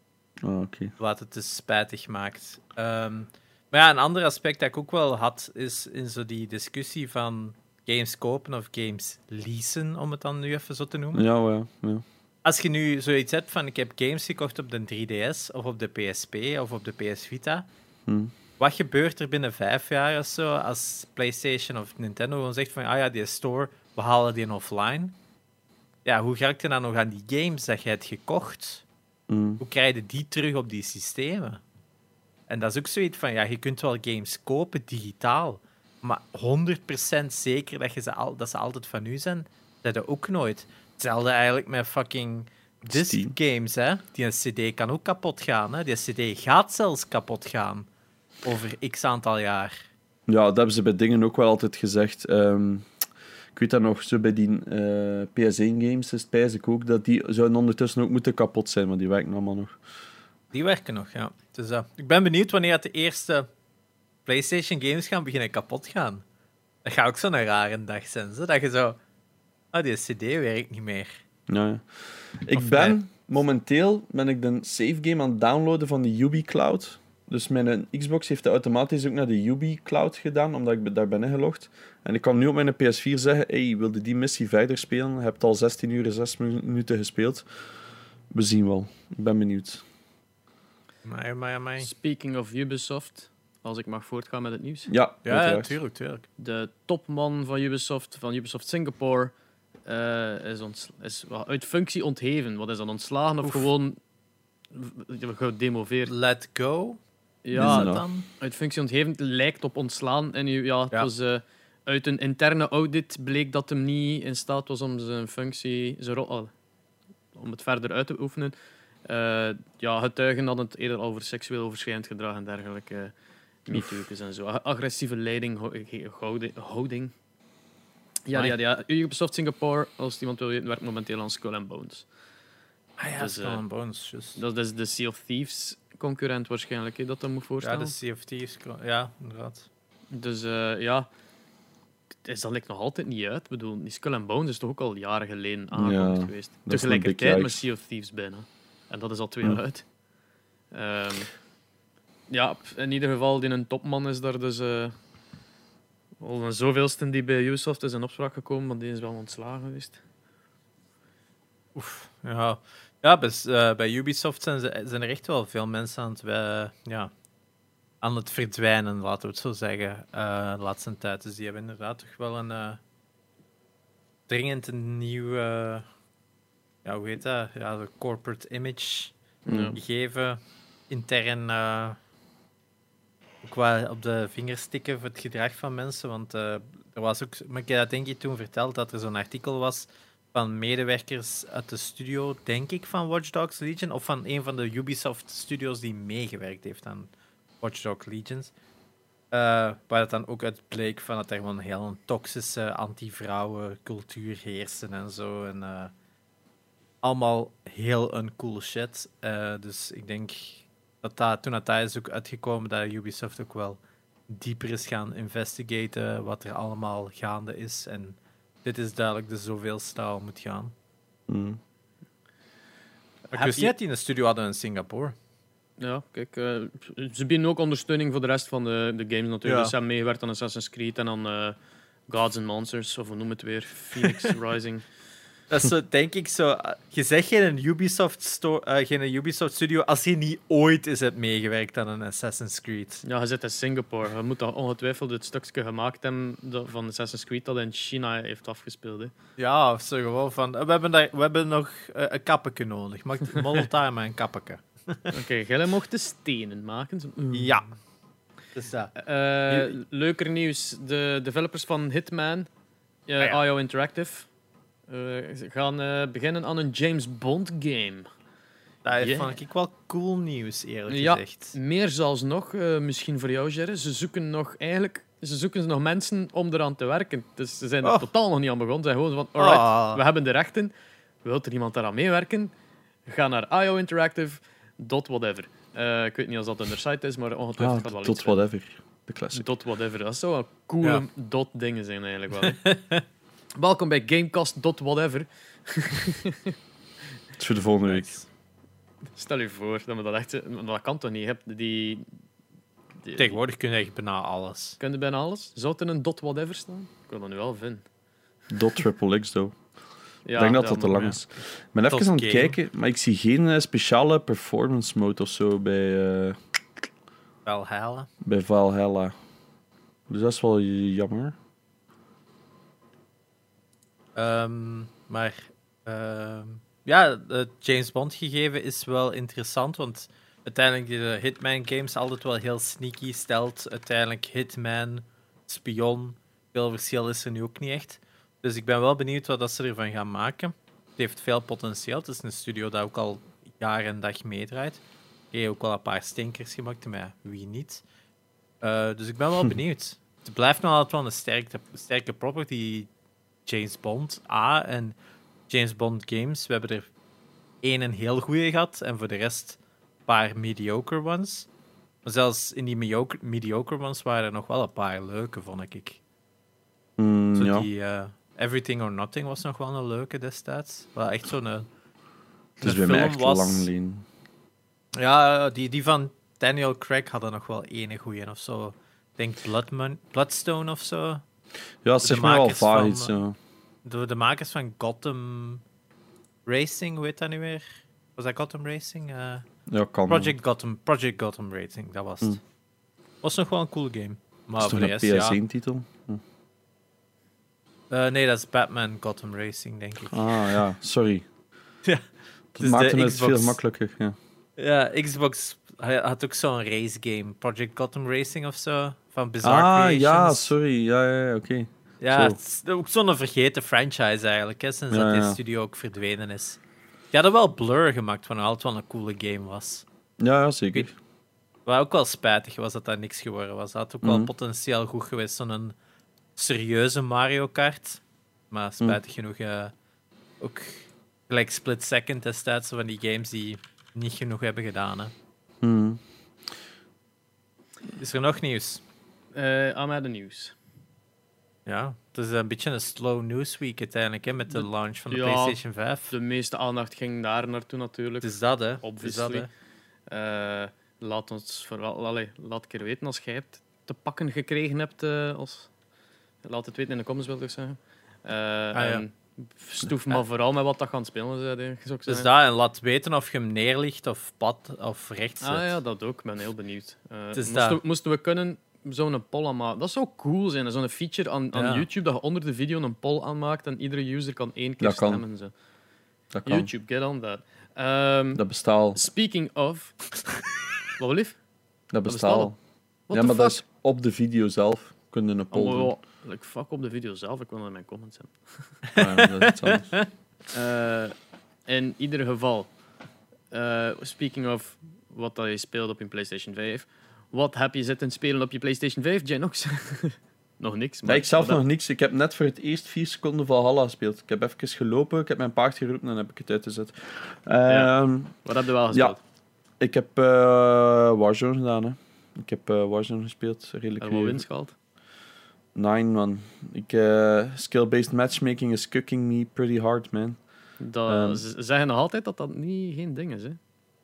Speaker 1: Wat het dus spijtig maakt. Maar ja, een ander aspect dat ik ook wel had, is in zo die discussie van games kopen of games leasen, om het dan nu even zo te noemen.
Speaker 3: Ja.
Speaker 1: Als je nu zoiets hebt van, ik heb games gekocht op de 3DS, of op de PSP, of op de PS Vita. Wat gebeurt er binnen 5 jaar of zo, als PlayStation of Nintendo gewoon zegt van, die store, we halen die offline? Ja, hoe raak je dan nog aan die games dat je hebt gekocht? Hoe krijg je die terug op die systemen? En dat is ook zoiets van, je kunt wel games kopen digitaal, maar 100% zeker dat ze altijd van u zijn, dat is ook nooit. Hetzelfde eigenlijk met fucking disc games, hè. Die een CD kan ook kapot gaan, hè. Die CD gaat zelfs kapot gaan over x aantal jaar.
Speaker 3: Ja, dat hebben ze bij dingen ook wel altijd gezegd. Ik weet dat nog, zo bij die PS1-games spijs ik ook, dat die zouden ondertussen ook moeten kapot zijn, maar die werken allemaal nog.
Speaker 1: Die werken nog, ja. Dus, ik ben benieuwd wanneer de eerste PlayStation-games gaan beginnen kapot gaan. Dat gaat ook zo'n rare dag zijn, zo, dat je zo... die CD werkt niet meer.
Speaker 3: Ja. Momenteel ben ik de save game aan het downloaden van de Ubi Cloud. Dus mijn Xbox heeft automatisch ook naar de Ubi Cloud gedaan, omdat ik daar ben ingelogd. En ik kan nu op mijn PS4 zeggen, wilde die missie verder spelen? Je hebt al 16 uur en 6 minuten gespeeld. We zien wel. Ik ben benieuwd.
Speaker 1: Maar.
Speaker 2: Speaking of Ubisoft, als ik mag voortgaan met het nieuws.
Speaker 3: Ja,
Speaker 1: tuurlijk.
Speaker 2: De topman van Ubisoft Singapore, is uit functie ontheven. Wat is dat, ontslagen of gewoon gedemoveerd?
Speaker 1: Let go?
Speaker 2: Ja, is dat dan? Uit functie ontheven lijkt op ontslaan. En het was uit een interne audit bleek dat hem niet in staat was om zijn functie, om het verder uit te oefenen. Getuigen hadden het eerder over seksueel overschrijdend gedrag en dergelijke meetures en zo. Agressieve leiding, houding. Ja. Ubisoft Singapore, als iemand wil weten, werkt momenteel aan Skull and Bones.
Speaker 1: Ah ja,
Speaker 2: Dus,
Speaker 1: Skull and Bones, juist.
Speaker 2: Dat is de Sea of Thieves concurrent waarschijnlijk, hè, dat moet voorstellen.
Speaker 1: Ja, de Sea of Thieves. Ja, inderdaad.
Speaker 2: Dus dat lijkt nog altijd niet uit. Ik bedoel, die Skull and Bones is toch ook al jaren geleden aangekondigd geweest. Tegelijkertijd met Sea of Thieves bijna. En dat is al 2 jaar uit. In ieder geval, die een topman is daar dus al een zoveelste die bij Ubisoft is in opspraak gekomen, maar die is wel ontslagen geweest.
Speaker 1: Oef, ja. Ja, bij Ubisoft zijn er echt wel veel mensen aan het verdwijnen, laten we het zo zeggen, de laatste tijd. Dus die hebben inderdaad toch wel een dringend een nieuw, hoe heet dat? Ja, de corporate image gegeven, intern ook wel op de vingers tikken voor het gedrag van mensen. Want er was ook, maar ik heb dat denk ik toen verteld, dat er zo'n artikel was van medewerkers uit de studio, denk ik, van Watch Dogs Legion, of van een van de Ubisoft studios die meegewerkt heeft aan Watch Dogs Legions. Waar het dan ook uit bleek van dat er gewoon een heel toxische anti-vrouwen cultuur heerste en zo. En allemaal heel uncool shit. Dus ik denk dat toen dat is ook uitgekomen, dat Ubisoft ook wel dieper is gaan investigaten wat er allemaal gaande is. En dit is duidelijk de zoveelste al moet gaan. Ik wist niet dat die een studio hadden in Singapore.
Speaker 2: Ja, kijk, ze bieden ook ondersteuning voor de rest van de games natuurlijk.
Speaker 1: Ja.
Speaker 2: Dus ze hebben meegewerkt aan Assassin's Creed en aan Gods and Monsters, of hoe noem het weer, Phoenix Rising.
Speaker 1: Dat is zo, denk ik zo. Je zegt geen Ubisoft studio als je niet ooit is hebt meegewerkt aan een Assassin's Creed.
Speaker 2: Ja, je zit in Singapore. Je moet dan ongetwijfeld het stukje gemaakt hebben van Assassin's Creed dat in China heeft afgespeeld. Hè.
Speaker 1: Ja, of zo gewoon van. We hebben nog een kappeke nodig. Mag ik molotime met een kappeke?
Speaker 2: Oké, jij mocht de stenen maken.
Speaker 1: Ja. Dus dat.
Speaker 2: Leuker nieuws. De developers van Hitman, IO Interactive, gaan beginnen aan een James Bond game.
Speaker 1: Dat vond ik wel cool nieuws, eerlijk gezegd.
Speaker 2: Ja, meer zelfs nog. Misschien voor jou, Jerry. Ze zoeken nog mensen om eraan te werken. Dus ze zijn er totaal nog niet aan begonnen. Ze zijn gewoon van, alright, we hebben de rechten. Wilt er iemand daaraan meewerken? Ga naar IO Interactive, .whatever. Ik weet niet of dat een site is, maar ongetwijfeld gaat wel iets
Speaker 3: .whatever. De classic.
Speaker 2: .whatever. Dat zou wel coole dingen zijn eigenlijk wel. Welkom bij Gamecast .whatever.
Speaker 3: Het is voor de volgende week.
Speaker 2: Stel je voor dat we dat echt... Dat kan toch niet? Je hebt
Speaker 1: Tegenwoordig kun je echt bijna alles.
Speaker 2: Kun je bijna alles? Zou er een .whatever staan? Ik wil dat nu wel vinden.
Speaker 3: .XXX, though.
Speaker 2: Ja,
Speaker 3: ik denk dat te lang is. Ik ben even aan het kijken, maar ik zie geen speciale performance mode of zo bij...
Speaker 1: Valhalla.
Speaker 3: Bij Valhalla. Dus dat is wel jammer.
Speaker 1: Het James Bond gegeven is wel interessant, want uiteindelijk de Hitman games altijd wel heel sneaky stelt. Uiteindelijk Hitman, spion, veel verschil is er nu ook niet echt. Dus ik ben wel benieuwd wat ze ervan gaan maken. Het heeft veel potentieel. Het is een studio dat ook al jaar en dag meedraait. Je hebt ook wel een paar stinkers gemaakt, maar wie niet. Dus ik ben wel benieuwd. Het blijft nog altijd wel een sterke property, James Bond. En James Bond games. We hebben er een heel goede gehad en voor de rest een paar mediocre ones. Maar zelfs in die mediocre ones waren er nog wel een paar leuke, vond ik. Die Everything or Nothing was nog wel een leuke destijds. Wel echt zo'n... Het
Speaker 3: is bij mij echt lang geleden.
Speaker 1: Ja, die van Daniel Craig hadden nog wel ene goeie of zo. Ik denk Bloodstone of zo.
Speaker 3: Ja, het is maar wel vaag iets.
Speaker 1: Door de makers van Gotham Racing, hoe heet dat nu weer? Was dat Gotham Racing?
Speaker 3: Ja, kan.
Speaker 1: Project Gotham Racing, dat was het. Was nog wel een coole game. Maar
Speaker 3: is toch een PS1-titel?
Speaker 1: Nee, dat is Batman Gotham Racing, denk ik.
Speaker 3: Ah, ja, sorry.
Speaker 1: Ja,
Speaker 3: dat maakte het veel makkelijker.
Speaker 1: Ja, Xbox had ook zo'n race game. Project Gotham Racing of zo. Van Bizarre Creations.
Speaker 3: Ja, sorry. Ja, oké.
Speaker 1: Ja, het is ook zo'n vergeten franchise eigenlijk, hè, sinds dat die studio ook verdwenen is. Die hadden wel Blur gemaakt, wat altijd wel een coole game was.
Speaker 3: Ja, zeker.
Speaker 1: Wat ook wel spijtig was dat niks geworden was. Dat had ook wel potentieel goed geweest, zo'n serieuze Mario Kart. Maar spijtig genoeg ook Gelijk Split Second destijds, van die games die niet genoeg hebben gedaan. Hè. Is er nog nieuws?
Speaker 2: Aan mij de nieuws.
Speaker 1: Ja, het is een beetje een slow newsweek uiteindelijk, hè, met de launch van de PlayStation 5.
Speaker 2: De meeste aandacht ging daar naartoe natuurlijk.
Speaker 1: Het is dat, hè.
Speaker 2: Obviously. Laat ons vooral... laat ik er weten als jij het te pakken gekregen hebt. Laat het weten in de comments, wil ik zeggen. Stoef maar vooral met wat dat gaan spelen.
Speaker 1: Dus dat, en laat weten of je hem neerligt of pad of rechts zet.
Speaker 2: Ja, dat ook. Ik ben heel benieuwd. Moesten we kunnen zo'n poll aanmaken? Dat zou cool zijn. Zo'n feature aan YouTube dat je onder de video een poll aanmaakt en iedere user kan 1 keer stemmen. Zo.
Speaker 3: Dat kan.
Speaker 2: YouTube, get on that.
Speaker 3: Dat bestaat al.
Speaker 2: Speaking of... Wat wil je?
Speaker 3: Dat bestaat al. Ja, maar dat is op de video zelf. Kunnen een poll doen.
Speaker 2: Fuck op de video zelf. Ik wil dat in mijn comments hebben.
Speaker 3: Dat is anders.
Speaker 2: In ieder geval, speaking of wat dat je speelt op je PlayStation 5, wat heb je zitten spelen op je PlayStation 5, Genox? Nog niks.
Speaker 3: Nee, ik zelf nog niks. Ik heb net voor het eerst 4 seconden Valhalla gespeeld. Ik heb even gelopen, ik heb mijn paard geroepen en dan heb ik het uitgezet.
Speaker 2: Wat heb je wel gespeeld?
Speaker 3: Ja, ik heb Warzone gedaan. Hè. Ik heb Warzone gespeeld. Redelijk.
Speaker 2: En wat winst gehaald?
Speaker 3: 9, man. Skill-based matchmaking is cooking me pretty hard, man.
Speaker 2: Ze zeggen nog altijd dat dat geen ding is, hè?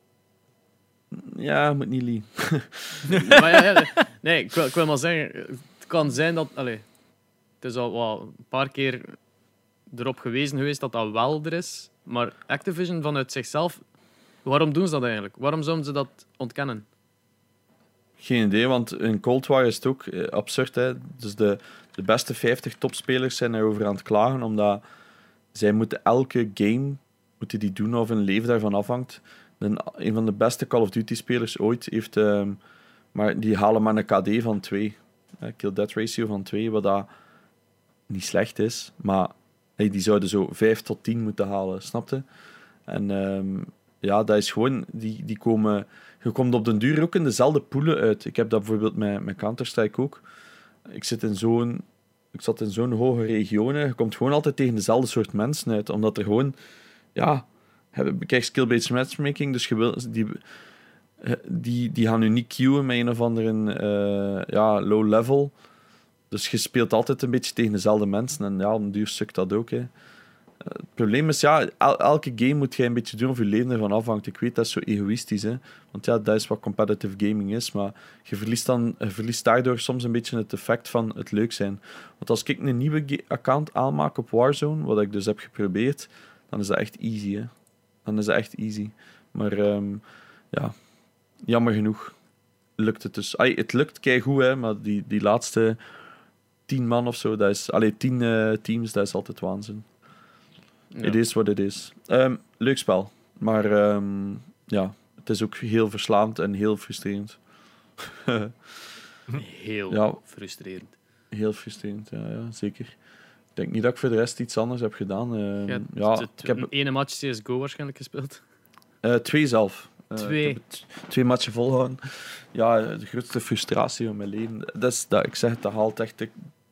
Speaker 3: Ja, moet niet liegen.
Speaker 2: Maar nee, ik wil maar zeggen, het kan zijn dat... het is al wel een paar keer erop gewezen geweest dat dat wel er is, maar Activision vanuit zichzelf... Waarom doen ze dat eigenlijk? Waarom zouden ze dat ontkennen?
Speaker 3: Geen idee, want in Cold War is het ook absurd. Hè? Dus de beste 50 topspelers zijn erover aan het klagen, omdat zij moeten elke game die doen of hun leven daarvan afhangt. Een van de beste Call of Duty-spelers ooit heeft... maar die halen maar een KD van 2. Kill Death Ratio van 2, wat dat niet slecht is. Maar die zouden zo 5 tot 10 moeten halen, snapte? En dat is gewoon... Die komen... Je komt op den duur ook in dezelfde poelen uit. Ik heb dat bijvoorbeeld met Counter-Strike ook. Ik zat in zo'n hoge regionen. Je komt gewoon altijd tegen dezelfde soort mensen uit. Omdat er gewoon... Ja... Kijk, skill-based matchmaking, dus je wil... Die gaan nu niet queuen met een of andere low level. Dus je speelt altijd een beetje tegen dezelfde mensen. En ja, op den duur sukt dat ook, hè. Het probleem is, elke game moet je een beetje doen of je leven ervan afhangt. Ik weet, dat is zo egoïstisch, hè. Want ja, dat is wat competitive gaming is. Maar je verliest daardoor soms een beetje het effect van het leuk zijn. Want als ik een nieuwe account aanmaak op Warzone, wat ik dus heb geprobeerd, dan is dat echt easy, hè. Dan is dat echt easy. Maar jammer genoeg lukt het dus. Het lukt keigoed, hè, maar die laatste 10 man of zo, dat is... 10 teams, dat is altijd waanzin. Het is wat het is. Leuk spel. Maar het is ook heel verslavend en heel frustrerend.
Speaker 2: Heel frustrerend.
Speaker 3: Heel frustrerend, ja, zeker. Ik denk niet dat ik voor de rest iets anders heb gedaan.
Speaker 2: Ik heb een match CSGO waarschijnlijk gespeeld.
Speaker 3: 2 zelf.
Speaker 2: 2.
Speaker 3: Ik heb 2 matchen volhouden. Ja, de grootste frustratie van mijn leven. Ik zeg het, dat haalt echt...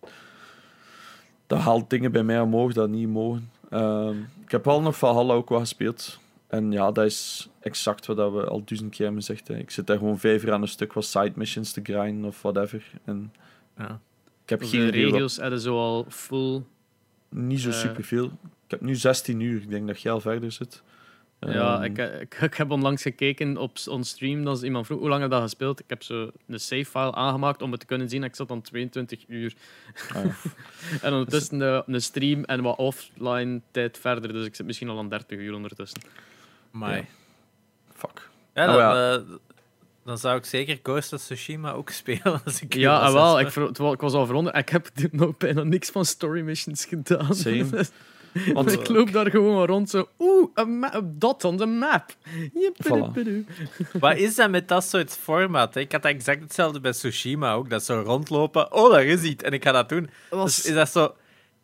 Speaker 3: Dat haalt dingen bij mij omhoog dat niet mogen. Ik heb wel nog Valhalla ook wel gespeeld. En ja, dat is exact wat we al 1000 keer hebben gezegd. Hè. Ik zit daar gewoon 5 uur aan een stuk wat side missions te grinden of whatever. En ik heb geen
Speaker 2: regio's hadden zo al full...
Speaker 3: Niet zo superveel. Ik heb nu 16 uur. Ik denk dat jij al verder zit.
Speaker 2: Ik heb onlangs gekeken op stream. Dat iemand vroeg hoe lang heb je dat gespeeld. Ik heb zo een save-file aangemaakt om het te kunnen zien. Ik zat dan 22 uur. En ondertussen een stream en wat offline tijd verder. Dus ik zit misschien al aan 30 uur ondertussen.
Speaker 1: Maar
Speaker 3: fuck.
Speaker 1: Dan zou ik zeker Ghost of Tsushima ook spelen. Als ik
Speaker 2: ik was al verwonderd. Ik heb nog bijna niks van story missions gedaan.
Speaker 3: Same.
Speaker 2: Want ik loop daar gewoon rond zo... een dot on the map.
Speaker 1: Wat is dat met dat soort format? Hè? Ik had exact hetzelfde bij Tsushima ook. Dat zo rondlopen. Oh, daar is iets. En ik ga dat doen. Dus is dat zo...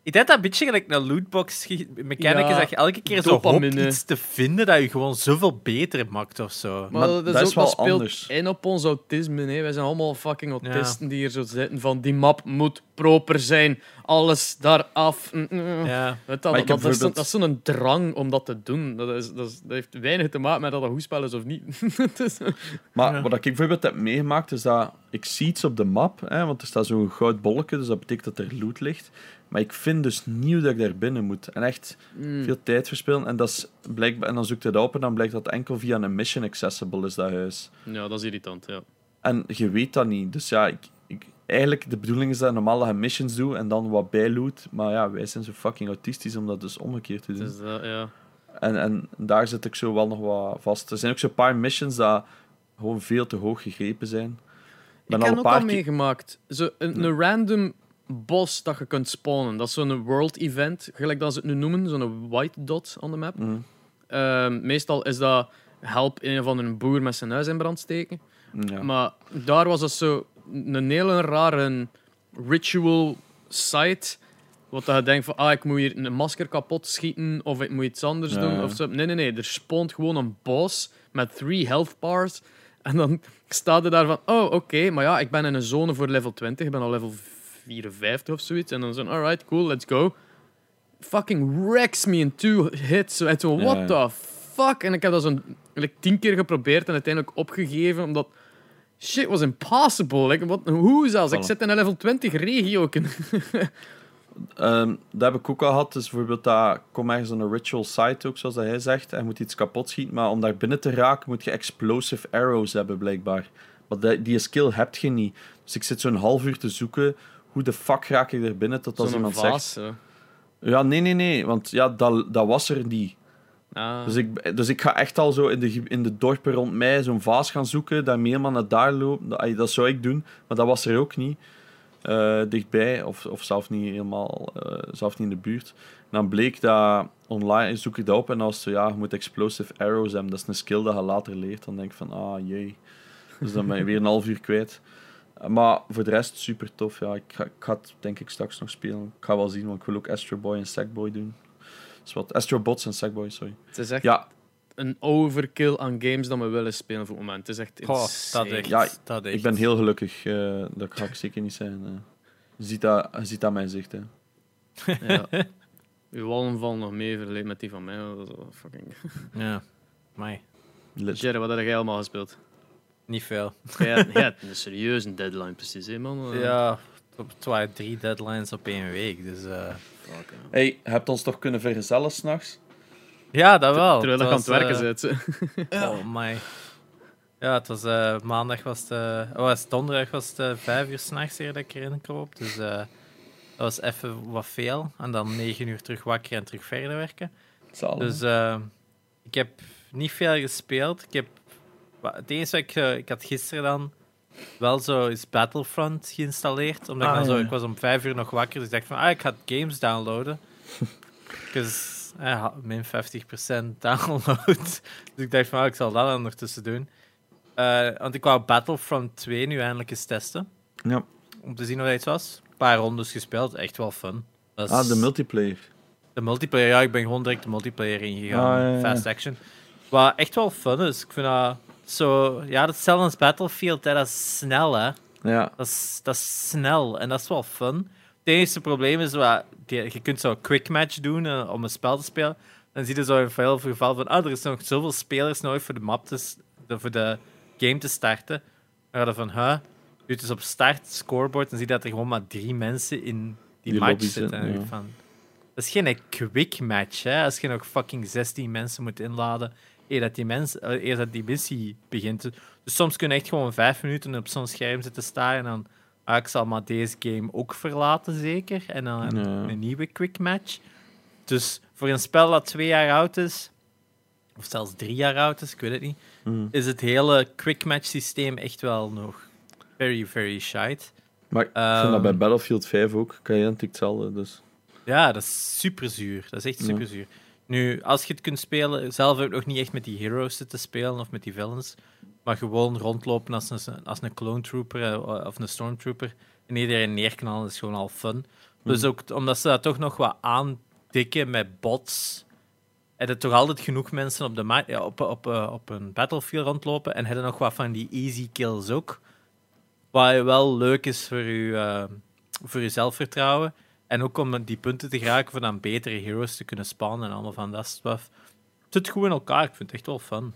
Speaker 1: Ik denk dat een beetje gelijk een lootbox mechanic is, dat je elke keer zo hoopt iets te vinden dat je gewoon zoveel beter maakt of zo.
Speaker 2: Maar dat is ook wel anders. In op ons autisme. Hè. Wij zijn allemaal fucking autisten die hier zo zitten van die map moet proper zijn. Alles daaraf.
Speaker 1: Ja.
Speaker 2: Dat is zo'n drang om dat te doen. Dat heeft weinig te maken met dat een goed spel is of niet.
Speaker 3: Maar wat ik bijvoorbeeld heb meegemaakt, is dat ik zie iets op de map, hè, want er staat zo'n goud bolletje, dus dat betekent dat er loot ligt. Maar ik vind dus niet dat ik daar binnen moet. En echt veel tijd verspillen. En, dat is blijkbaar, en dan zoek je dat op en dan blijkt dat enkel via een mission accessible is, dat huis.
Speaker 2: Ja, dat is irritant, ja.
Speaker 3: En je weet dat niet. Dus ja, eigenlijk de bedoeling is dat normaal dat je missions doet en dan wat bijloot. Maar ja, wij zijn zo fucking autistisch om dat dus omgekeerd te doen.
Speaker 2: Dus dat, ja.
Speaker 3: En daar zit ik zo wel nog wat vast. Er zijn ook zo'n paar missions dat gewoon veel te hoog gegrepen zijn.
Speaker 2: Ik heb ook al meegemaakt. Een random boss dat je kunt spawnen. Dat is zo'n world event, gelijk dat ze het nu noemen. Zo'n white dot on de map. Meestal is dat help een van een boer met zijn huis in brand steken.
Speaker 3: Ja.
Speaker 2: Maar daar was dat zo een hele rare ritual site. Wat je denkt van, ik moet hier een masker kapot schieten of ik moet iets anders doen. Of zo. Nee. Er spawnt gewoon een boss met 3 health bars. En dan staat er daar van, oké, maar ja, ik ben in een zone voor level 20. Ik ben al level 54 of zoiets. En dan zo, alright, cool, let's go. Fucking wrecks me in 2 hits. En zo, what the fuck? En ik heb dat zo'n 10 keer geprobeerd en uiteindelijk opgegeven, omdat shit was impossible. Hoe zelfs? Ik zit in een level 20 regio.
Speaker 3: Dat heb ik ook al gehad. Dus bijvoorbeeld, dat kom ergens aan een ritual site ook, zoals hij zegt. En je moet iets kapot schieten, maar om daar binnen te raken moet je explosive arrows hebben, blijkbaar. Maar die skill heb je niet. Dus ik zit zo'n half uur te zoeken. Hoe de fuck raak ik er binnen tot als iemand zegt... Ja, nee. Want ja, dat was er niet. Dus ik ga echt al zo in de dorpen rond mij zo'n vaas gaan zoeken, dat helemaal naar daar loopt. Dat zou ik doen, maar dat was er ook niet. Dichtbij, of zelf niet helemaal, zelf niet in de buurt. En dan bleek dat online, zoek ik dat op en dan was het zo, je moet explosive arrows hebben. Dat is een skill dat je later leert. Dan denk ik van, jee. Dus dan ben je weer een half uur kwijt. Maar voor de rest super tof. Ja, ik ga het denk ik straks nog spelen. Ik ga wel zien, want ik wil ook Astro Boy en Sackboy doen. Dus wat Astro Bots en Sackboy, sorry.
Speaker 2: Het is echt een overkill aan games dat we willen spelen voor het moment. Het is echt insane.
Speaker 3: Ik ben heel gelukkig. Dat ga ik zeker niet zijn. Je ziet dat mijn zicht. Hè.
Speaker 2: Ja. Uw wallen vallen nog mee vergeleken met die van mij. Dat is fucking...
Speaker 1: Ja, mij.
Speaker 2: Jerry, wat heb jij allemaal gespeeld?
Speaker 1: Niet veel.
Speaker 2: Jij hebt een serieuze deadline, precies, hè, man?
Speaker 1: Ja, het waren 3 deadlines op 1 week, dus...
Speaker 3: Hey, je hebt ons toch kunnen vergezellen 's nachts?
Speaker 1: Ja, dat wel.
Speaker 2: Terwijl je aan het werken zit.
Speaker 1: Oh my. Ja, het was maandag donderdag was het 5 uur 's nachts dat ik erin kroop, dus dat was even wat veel. En dan 9 uur terug wakker en terug verder werken.
Speaker 3: Zalig.
Speaker 1: Dus ik heb niet veel gespeeld. Het enige ik had gisteren dan wel zo is Battlefront geïnstalleerd. Omdat ik was om 5 uur nog wakker, dus ik dacht van, ik ga games downloaden. Dus min 50% download. Dus ik dacht van, ik zal dat dan nog tussen doen. Want ik wou Battlefront 2 nu eindelijk eens testen.
Speaker 3: Ja.
Speaker 1: Om te zien of dat iets was. Een paar rondes gespeeld, echt wel fun.
Speaker 3: De multiplayer.
Speaker 1: De multiplayer, ja, ik ben gewoon direct de multiplayer ingegaan. Fast action. Wat echt wel fun is. Ik vind dat zo... Ja, dat is hetzelfde als Battlefield, hè. Dat is snel, hè.
Speaker 3: Ja.
Speaker 1: Dat is snel en dat is wel fun. Het enige probleem is, je kunt zo een quick match doen om een spel te spelen. Dan zie je zo in veel geval van, er is nog zoveel spelers nodig voor de map voor de game te starten. Dan ga je van, je doet dus op start, scoreboard, en zie je dat er gewoon maar 3 mensen in die match zitten. Ja. Dat is geen quick match, hè. Als je nog fucking 16 mensen moet inladen, eer dat die missie begint. Dus soms kun je echt gewoon 5 minuten op zo'n scherm zitten staan en dan... ik zal maar deze game ook verlaten, zeker. En dan een nieuwe quick match. Dus voor een spel dat 2 jaar oud is, of zelfs 3 jaar oud is, ik weet het niet, is het hele quick match systeem echt wel nog very, very shite.
Speaker 3: Maar ik vind dat bij Battlefield 5 ook. Kan je natuurlijk hetzelfde, dus...
Speaker 1: Ja, dat is super zuur. Dat is echt super zuur. Nu, als je het kunt spelen, zelf heb ik nog niet echt met die heroes te spelen of met die villains, maar gewoon rondlopen als een clone trooper of een stormtrooper en iedereen neerknallen is gewoon al fun. Dus ook omdat ze dat toch nog wat aandikken met bots, hebben toch altijd genoeg mensen op een battlefield rondlopen en hebben nog wat van die easy kills ook. Wat wel leuk is voor je zelfvertrouwen. En ook om die punten te geraken voor dan betere heroes te kunnen spawnen en allemaal van dat stuff. Het zit goed in elkaar, ik vind het echt wel fun.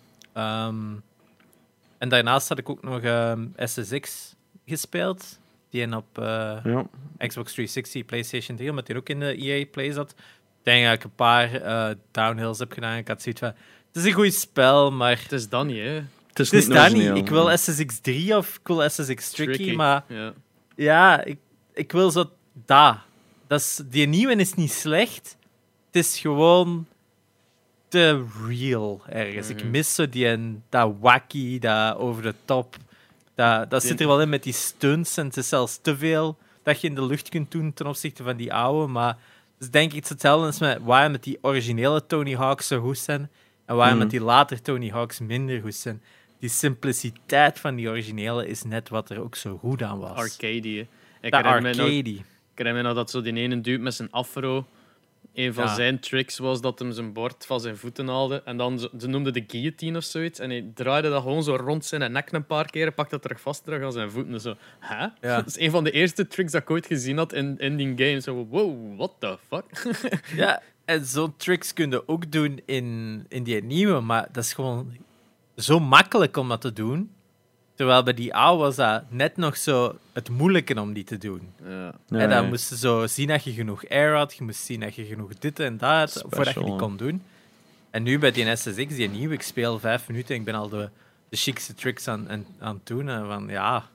Speaker 1: En daarnaast had ik ook nog SSX gespeeld. Die op Xbox 360, PlayStation 3, omdat die ook in de EA Play zat. Ik denk dat ik een paar downhills heb gedaan. Ik had zoiets van, het is een goed spel, maar...
Speaker 2: Het is dat niet, hè.
Speaker 1: Het is dat niet. Ik wil SSX 3 of ik wil SSX Tricky, maar... Ja, ik wil zo... Die nieuwe is niet slecht. Het is gewoon te real ergens. Ik mis zo dat wacky, dat over de top. Dat zit er wel in met die stunts en het is zelfs te veel dat je in de lucht kunt doen ten opzichte van die oude. Maar het is denk ik hetzelfde als met die originele Tony Hawk's zo goed zijn en waar met die later Tony Hawk's minder goed zijn. Die simpliciteit van die originele is net wat er ook zo goed aan was.
Speaker 2: Arcade, hè.
Speaker 1: Ik
Speaker 2: herinner me nog dat zo die ene dude met zijn afro... Een van zijn tricks was dat hem zijn bord van zijn voeten haalde. En dan, ze noemde de guillotine of zoiets. En hij draaide dat gewoon zo rond zijn nek een paar keer. Pakte dat terug vast terug aan zijn voeten. En zo, hè? Ja. Dat is een van de eerste tricks dat ik ooit gezien had in die game. Zo, wow, what the fuck?
Speaker 1: Ja, en zo'n tricks kun je ook doen in die nieuwe. Maar dat is gewoon zo makkelijk om dat te doen. Terwijl bij die oude was dat net nog zo het moeilijke om die te doen.
Speaker 2: Ja.
Speaker 1: En dan moest je zo zien dat je genoeg air had, je moest zien dat je genoeg dit en dat had, voordat je die kon doen. En nu bij die SSX, die nieuwe, ik speel 5 minuten en ik ben al de chicste tricks aan het doen. Het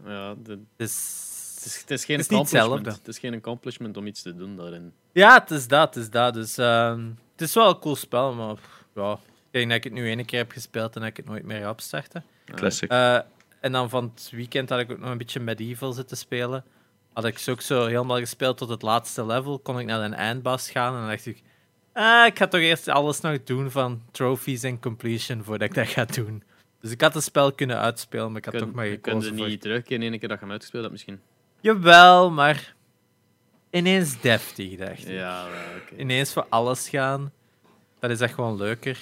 Speaker 2: is geen accomplishment. Het is geen accomplishment om iets te doen daarin.
Speaker 1: Ja, het is dat. Dus, het is wel een cool spel, maar ja, ik denk dat ik het nu 1 keer heb gespeeld en dat ik het nooit meer ga opstarten.
Speaker 3: Classic.
Speaker 1: En dan van het weekend had ik ook nog een beetje Medieval zitten spelen. Had ik ook zo helemaal gespeeld tot het laatste level. Kon ik naar een eindbaas gaan en dan dacht ik... ik ga toch eerst alles nog doen van trophies en completion voordat ik dat ga doen. Dus ik had het spel kunnen uitspelen, maar ik had toch maar gekozen voor...
Speaker 2: Kun je niet terugkeren in 1 keer dat je hem uitgespeeld hebt misschien?
Speaker 1: Jawel, maar... Ineens deftig, dacht ik.
Speaker 2: Ja, okay.
Speaker 1: Ineens voor alles gaan. Dat is echt gewoon leuker.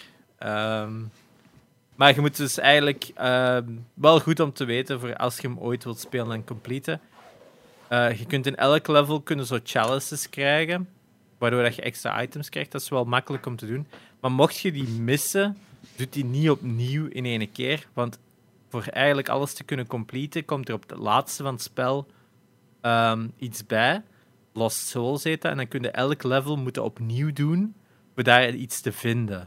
Speaker 1: Maar je moet dus eigenlijk wel goed om te weten voor als je hem ooit wilt spelen en completen. Je kunt in elk level zo chalices krijgen, waardoor dat je extra items krijgt. Dat is wel makkelijk om te doen. Maar mocht je die missen, doet die niet opnieuw in 1 keer. Want voor eigenlijk alles te kunnen completen, komt er op het laatste van het spel iets bij. Lost Souls heet dat. En dan kun je elk level moeten opnieuw doen, voor daar iets te vinden.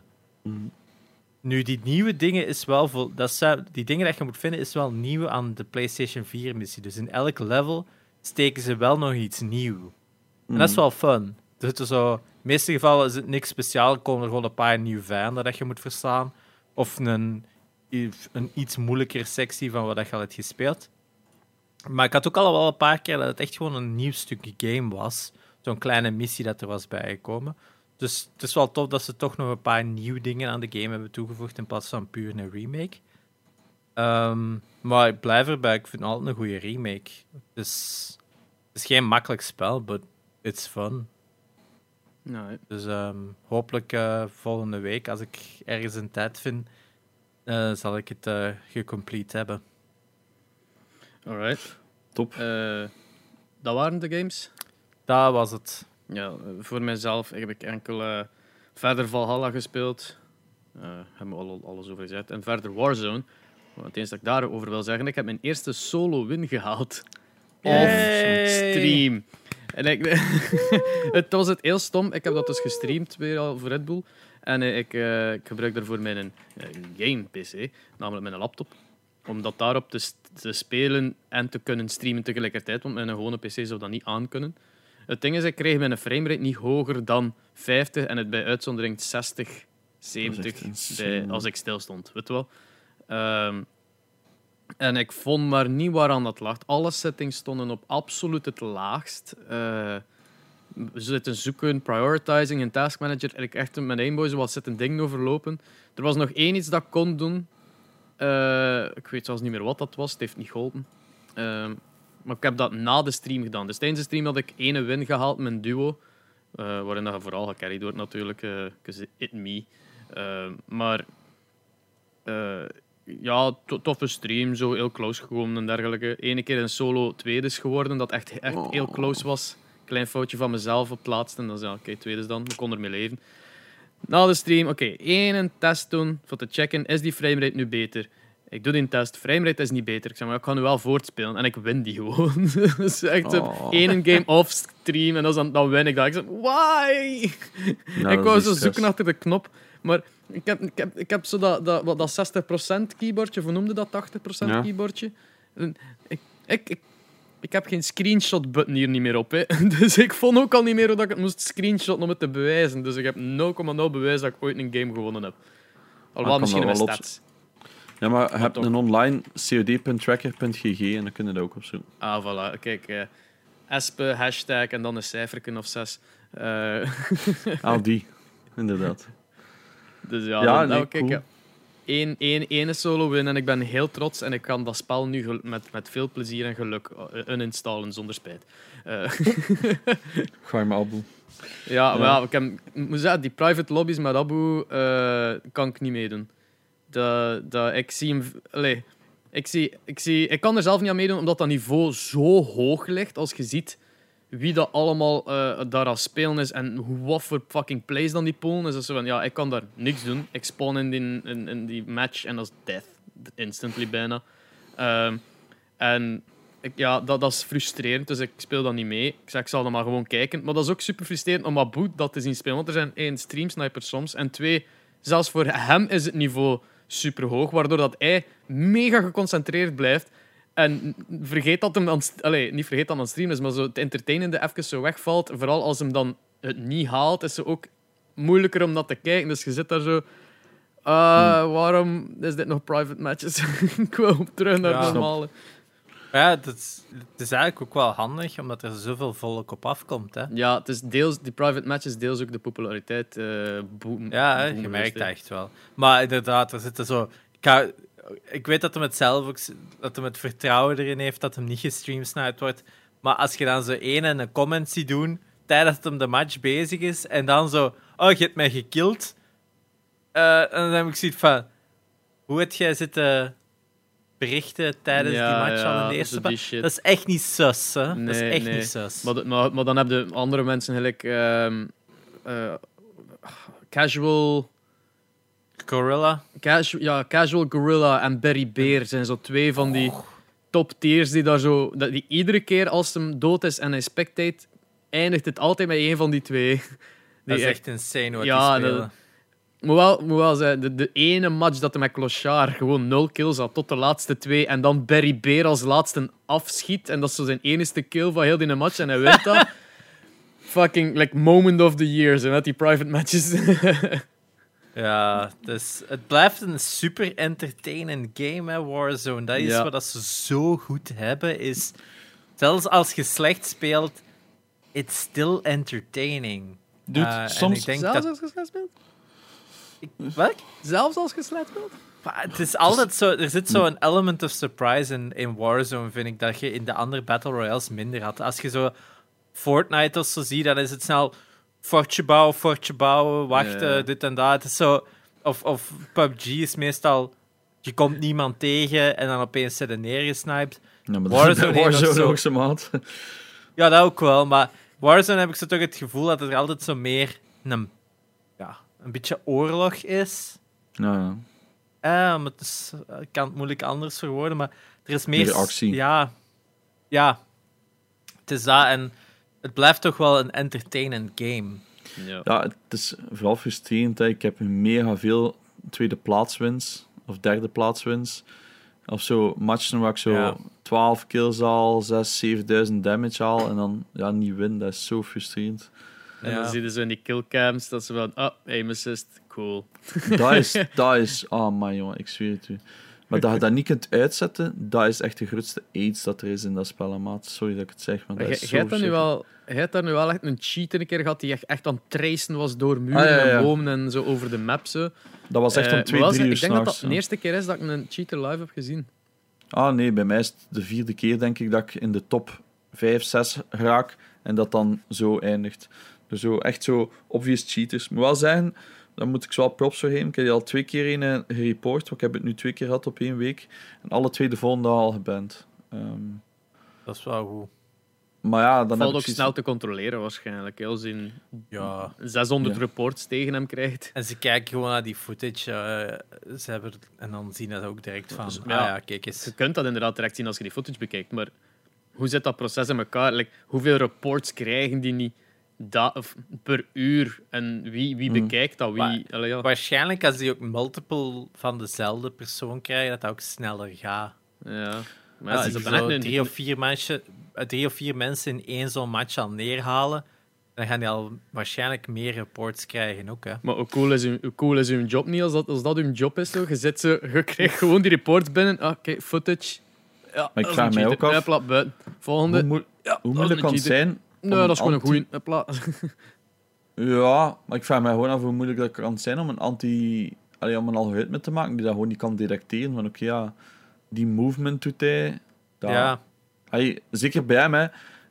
Speaker 1: Nu, die nieuwe dingen is wel... die dingen dat je moet vinden, is wel nieuw aan de PlayStation 4-missie. Dus in elk level steken ze wel nog iets nieuws. En dat is wel fun. Dus in de meeste gevallen is het niks speciaal. Er komen er gewoon een paar nieuwe vijanden dat je moet verslaan. Of een iets moeilijker sectie van wat je al hebt gespeeld. Maar ik had ook al wel een paar keer dat het echt gewoon een nieuw stukje game was. Zo'n kleine missie dat er was bijgekomen. Dus het is wel tof dat ze toch nog een paar nieuwe dingen aan de game hebben toegevoegd in plaats van puur een remake. Maar ik blijf erbij, ik vind het altijd een goede remake. Dus het is geen makkelijk spel, but it's fun.
Speaker 2: Nee.
Speaker 1: Dus hopelijk volgende week, als ik ergens een tijd vind, zal ik het gecomplete hebben.
Speaker 2: Alright.
Speaker 3: Top.
Speaker 2: Dat waren de games?
Speaker 1: Dat was het.
Speaker 2: Ja, voor mijzelf heb ik enkel verder Valhalla gespeeld. Hebben we al alles over gezegd. En verder Warzone. Het eens dat ik daarover wil zeggen, ik heb mijn eerste solo win gehaald. Off stream. En het was het heel stom. Ik heb dat dus gestreamd weer al voor Red Bull. En ik gebruik daarvoor mijn game-pc, namelijk mijn laptop. Om dat daarop te spelen en te kunnen streamen tegelijkertijd. Want mijn gewone pc zou dat niet aankunnen. Het ding is, ik kreeg mijn framerate niet hoger dan 50 en het bij uitzondering 60, 70 als ik stil stond. Weet je wel? En ik vond maar niet waaraan dat lag. Alle settings stonden op absoluut het laagst. We zitten zoeken, prioritizing en task manager. En ik echt met mijn Aimboy zo wat zitten dingen overlopen. Er was nog één iets dat ik kon doen. Ik weet zelfs niet meer wat dat was. Het heeft niet geholpen. Maar ik heb dat na de stream gedaan. Dus tijdens de stream had ik 1 win gehaald met een duo. Waarin dat je vooral gecarried wordt natuurlijk. 'Cause it me. Maar... ja, toffe stream. Zo heel close gekomen en dergelijke. 1 keer een solo tweede is geworden. Dat echt heel close was. Klein foutje van mezelf op het laatste. En dan zei oké, tweede dan. Ik kon ermee leven. Na de stream, oké, 1 test doen. Voor te checken, is die framerate nu beter? Ik doe die test, framerate is niet beter. Ik zeg maar, ik ga nu wel voortspelen. En ik win die gewoon. Dus echt 1 game off stream. En dan win ik dat. Ik zeg, why? Ik wou zo zoeken achter de knop. Maar ik heb zo dat 60% keyboardje, of hoe noemde dat? 80% keyboardje. Ik heb geen screenshot-button hier niet meer op. Hè. Dus ik vond ook al niet meer hoe ik het moest screenshotten om het te bewijzen. Dus ik heb 0,0 bewijs dat ik ooit een game gewonnen heb. Alhoewel misschien in mijn stats.
Speaker 3: Ja, maar je hebt een online cod.tracker.gg en dan kun je dat ook opzoeken.
Speaker 2: Ah, voilà. Kijk, espe, hashtag en dan een cijferken of 6.
Speaker 3: Die, inderdaad.
Speaker 2: Dus ja, kijk. Cool. 1 solo win en ik ben heel trots en ik kan dat spel nu met veel plezier en geluk uninstallen zonder spijt.
Speaker 3: Ga je maar Abu.
Speaker 2: Ja, maar ik moet zeggen, die private lobby's met Abu kan ik niet meedoen. Ik zie hem... Allez, ik kan er zelf niet aan meedoen omdat dat niveau zo hoog ligt als je ziet wie dat allemaal daar aan spelen is en wat voor fucking plays dan die polen is. Dus van, ja, ik kan daar niks doen. Ik spawn in die match en dat is death. Instantly bijna. En dat is frustrerend, dus ik speel dat niet mee. Ik zeg, ik zal dan maar gewoon kijken. Maar dat is ook super frustrerend om Abu dat te zien spelen. Want er zijn 1, streamsnipers soms. En 2, zelfs voor hem is het niveau super hoog. Waardoor dat hij mega geconcentreerd blijft. En vergeet dat hem dan... niet vergeet dat aan stream is, maar zo het entertainende even zo wegvalt. Vooral als hem dan het niet haalt, is het ook moeilijker om dat te kijken. Dus je zit daar zo... waarom is dit nog private matches? Ik wil terug naar het normale.
Speaker 1: Ja, het is eigenlijk ook wel handig, omdat er zoveel volk op afkomt. Hè?
Speaker 2: Ja, het is deels, die private matches deels ook de populariteit boom.
Speaker 1: Ja, je merkt dat echt wel. Maar inderdaad, er zitten zo... Ik weet dat hem het zelf ook... Dat hem het vertrouwen erin heeft dat hem niet gestreamsniped wordt. Maar als je dan zo een comment ziet doen, tijdens dat hem de match bezig is, en dan zo... Oh, je hebt mij gekilld. En dan heb ik zoiets van... Hoe heb jij zitten berichten tijdens die match aan de eerste match? Dat is echt niet sus, hè? Nee, dat is echt niet sus.
Speaker 2: Maar dan heb je andere mensen gelijk... Casual Gorilla en Barry Bear zijn zo 2 van die top tiers die daar zo... Die iedere keer als hem dood is en hij spectate, eindigt het altijd met 1 van die 2.
Speaker 1: Dat is echt insane wat die spelen.
Speaker 2: Moet wel zijn, de ene match dat hij met Clochard gewoon 0 kills had tot de laatste 2 en dan Barry Bear als laatste afschiet en dat is zo zijn enige kill van heel die match en hij wint dat. Fucking like moment of the year, zo met die private matches.
Speaker 1: Ja, dus het blijft een super entertainend game, hè, Warzone. Dat is wat ze zo goed hebben, is... Zelfs als je slecht speelt, it's still entertaining.
Speaker 3: Soms...
Speaker 2: Zelfs als je slecht speelt?
Speaker 1: Wat?
Speaker 2: Zelfs als je slecht speelt?
Speaker 1: Het is altijd zo... Er zit zo'n element of surprise in Warzone, vind ik, dat je in de andere Battle Royales minder had. Als je zo Fortnite of zo ziet, dan is het snel... Fortje bouwen, wachten, dit en dat. Het is zo... Of PUBG is meestal... Je komt niemand tegen en dan opeens zit er neergesniped.
Speaker 3: Ja, maar Warzone ook zo maat.
Speaker 1: Ja, dat ook wel. Maar Warzone heb ik zo toch het gevoel dat er altijd zo meer een beetje oorlog is.
Speaker 3: Ja.
Speaker 1: Maar ik kan het moeilijk anders verwoorden, maar er is meer
Speaker 3: actie.
Speaker 1: Ja. Het is dat en het blijft toch wel een entertainend game.
Speaker 3: Ja, het is vooral frustrerend. Hè. Ik heb mega veel tweede plaatswins of derde plaatswins. Of zo matchen waar ik zo 12 kills al, 6.000, 7.000 damage al en dan niet win. Dat is zo frustrerend.
Speaker 2: En dan zie je zo in die killcams dat ze van, aim assist, cool.
Speaker 3: Dat is, oh man jongen, ik zweer het u. Maar dat je dat niet kunt uitzetten, dat is echt de grootste aids dat er is in dat spel, maat. Sorry dat ik het zeg, maar dat is zo
Speaker 2: Hij had daar nu wel echt een cheater een keer gehad die echt aan het tracen was door muren en bomen en zo over de map. Zo.
Speaker 3: Dat was echt om 2-3 uur s'nachts.
Speaker 2: Ik denk dat dat de eerste keer is dat ik een cheater live heb gezien.
Speaker 3: Nee, bij mij is het de 4e keer, denk ik, dat ik in de top 5, 6 raak en dat dan zo eindigt. Dus zo, echt zo obvious cheaters. Ik moet wel zeggen, daar moet ik zo wel props voor geven. Ik heb die al 2 keer gereport, want ik heb het nu 2 keer gehad op 1 week. En alle 2 de volgende dag al geband.
Speaker 1: Dat is wel goed.
Speaker 3: Maar ja, dan
Speaker 2: valt
Speaker 3: heb
Speaker 2: ook
Speaker 3: ik
Speaker 2: snel te controleren waarschijnlijk. Als je
Speaker 1: Ja.
Speaker 2: 600 reports tegen hem krijgt.
Speaker 1: En ze kijken gewoon naar die footage en dan zien ze ook direct van... kijk eens.
Speaker 2: Je kunt dat inderdaad direct zien als je die footage bekijkt, maar hoe zit dat proces in elkaar? Hoeveel reports krijgen die niet per uur? En wie bekijkt dat?
Speaker 1: Waarschijnlijk als die ook multiple van dezelfde persoon krijgen, dat ook sneller gaat.
Speaker 2: Ja.
Speaker 1: Maar als die zo 3 of 4 mensen in één zo'n match al neerhalen, dan gaan die al waarschijnlijk meer reports krijgen ook. Hè.
Speaker 2: Maar hoe cool is uw job niet als dat uw job is? Zo? Je krijgt gewoon die reports binnen. Oké, footage. Ja,
Speaker 3: maar ik vraag mij ook af...
Speaker 2: Volgende.
Speaker 3: Hoe moeilijk kan het zijn...
Speaker 2: Nee, dat is gewoon een goeie.
Speaker 3: Ja, maar ik vraag me gewoon af hoe moeilijk dat kan zijn om om een algoritme te maken die dat gewoon niet kan detecteren. Van die movement doet hij.
Speaker 1: Ja.
Speaker 3: Zeker bij hem, hè.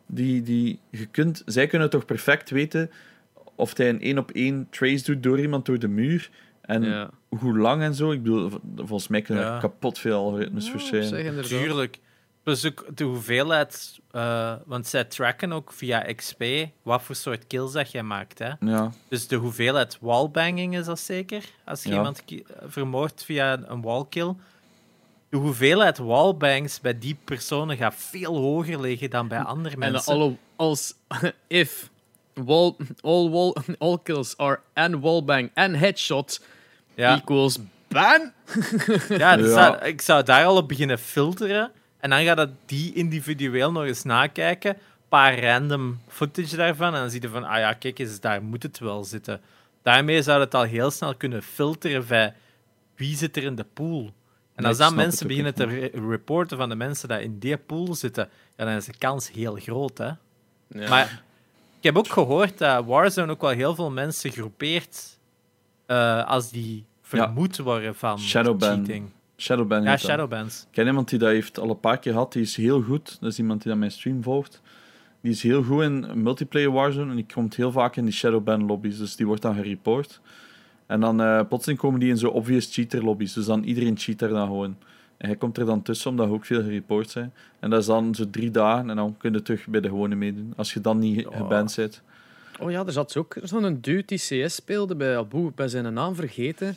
Speaker 3: Zij kunnen toch perfect weten of hij een 1-op-1 trace doet door iemand door de muur. En hoe lang en zo. Ik bedoel, volgens mij kunnen er kapot veel algoritmes verschijnen.
Speaker 1: Tuurlijk. Plus ook de hoeveelheid... want zij tracken ook via XP wat voor soort kills dat jij maakt. Hè?
Speaker 3: Ja.
Speaker 1: Dus de hoeveelheid wallbanging is dat zeker. Als je iemand vermoordt via een wallkill. De hoeveelheid wallbangs bij die personen gaat veel hoger liggen dan bij andere mensen.
Speaker 2: En if all kills are and wallbang and headshot equals ban.
Speaker 1: Ik zou daar al op beginnen filteren. En dan gaat dat die individueel nog eens nakijken. Een paar random footage daarvan. En dan zie je van, kijk eens, daar moet het wel zitten. Daarmee zou het al heel snel kunnen filteren bij wie zit er in de pool. En als dan mensen beginnen te reporten van de mensen die in die pool zitten, dan is de kans heel groot. Hè? Ja. Maar ik heb ook gehoord dat Warzone ook wel heel veel mensen groepeert als die vermoed worden van cheating.
Speaker 3: Shadowban.
Speaker 1: Ja, Shadowbans.
Speaker 3: Ik ken iemand die dat heeft al een paar keer gehad. Die is heel goed. Dat is iemand die dat mijn stream volgt. Die is heel goed in multiplayer Warzone en die komt heel vaak in die Shadowban lobby's. Dus die wordt dan gereport. En dan plotseling komen die in zo obvious cheater lobby's. Dus dan iedereen cheat daar dan gewoon. En hij komt er dan tussen, omdat ook veel gereport zijn. En dat is dan zo 3 dagen en dan kun je terug bij de gewone meedoen. Als je dan niet geband bent.
Speaker 2: Oh ja, er zat ook zo'n dude die CS speelde bij Abu. Bij zijn naam vergeten.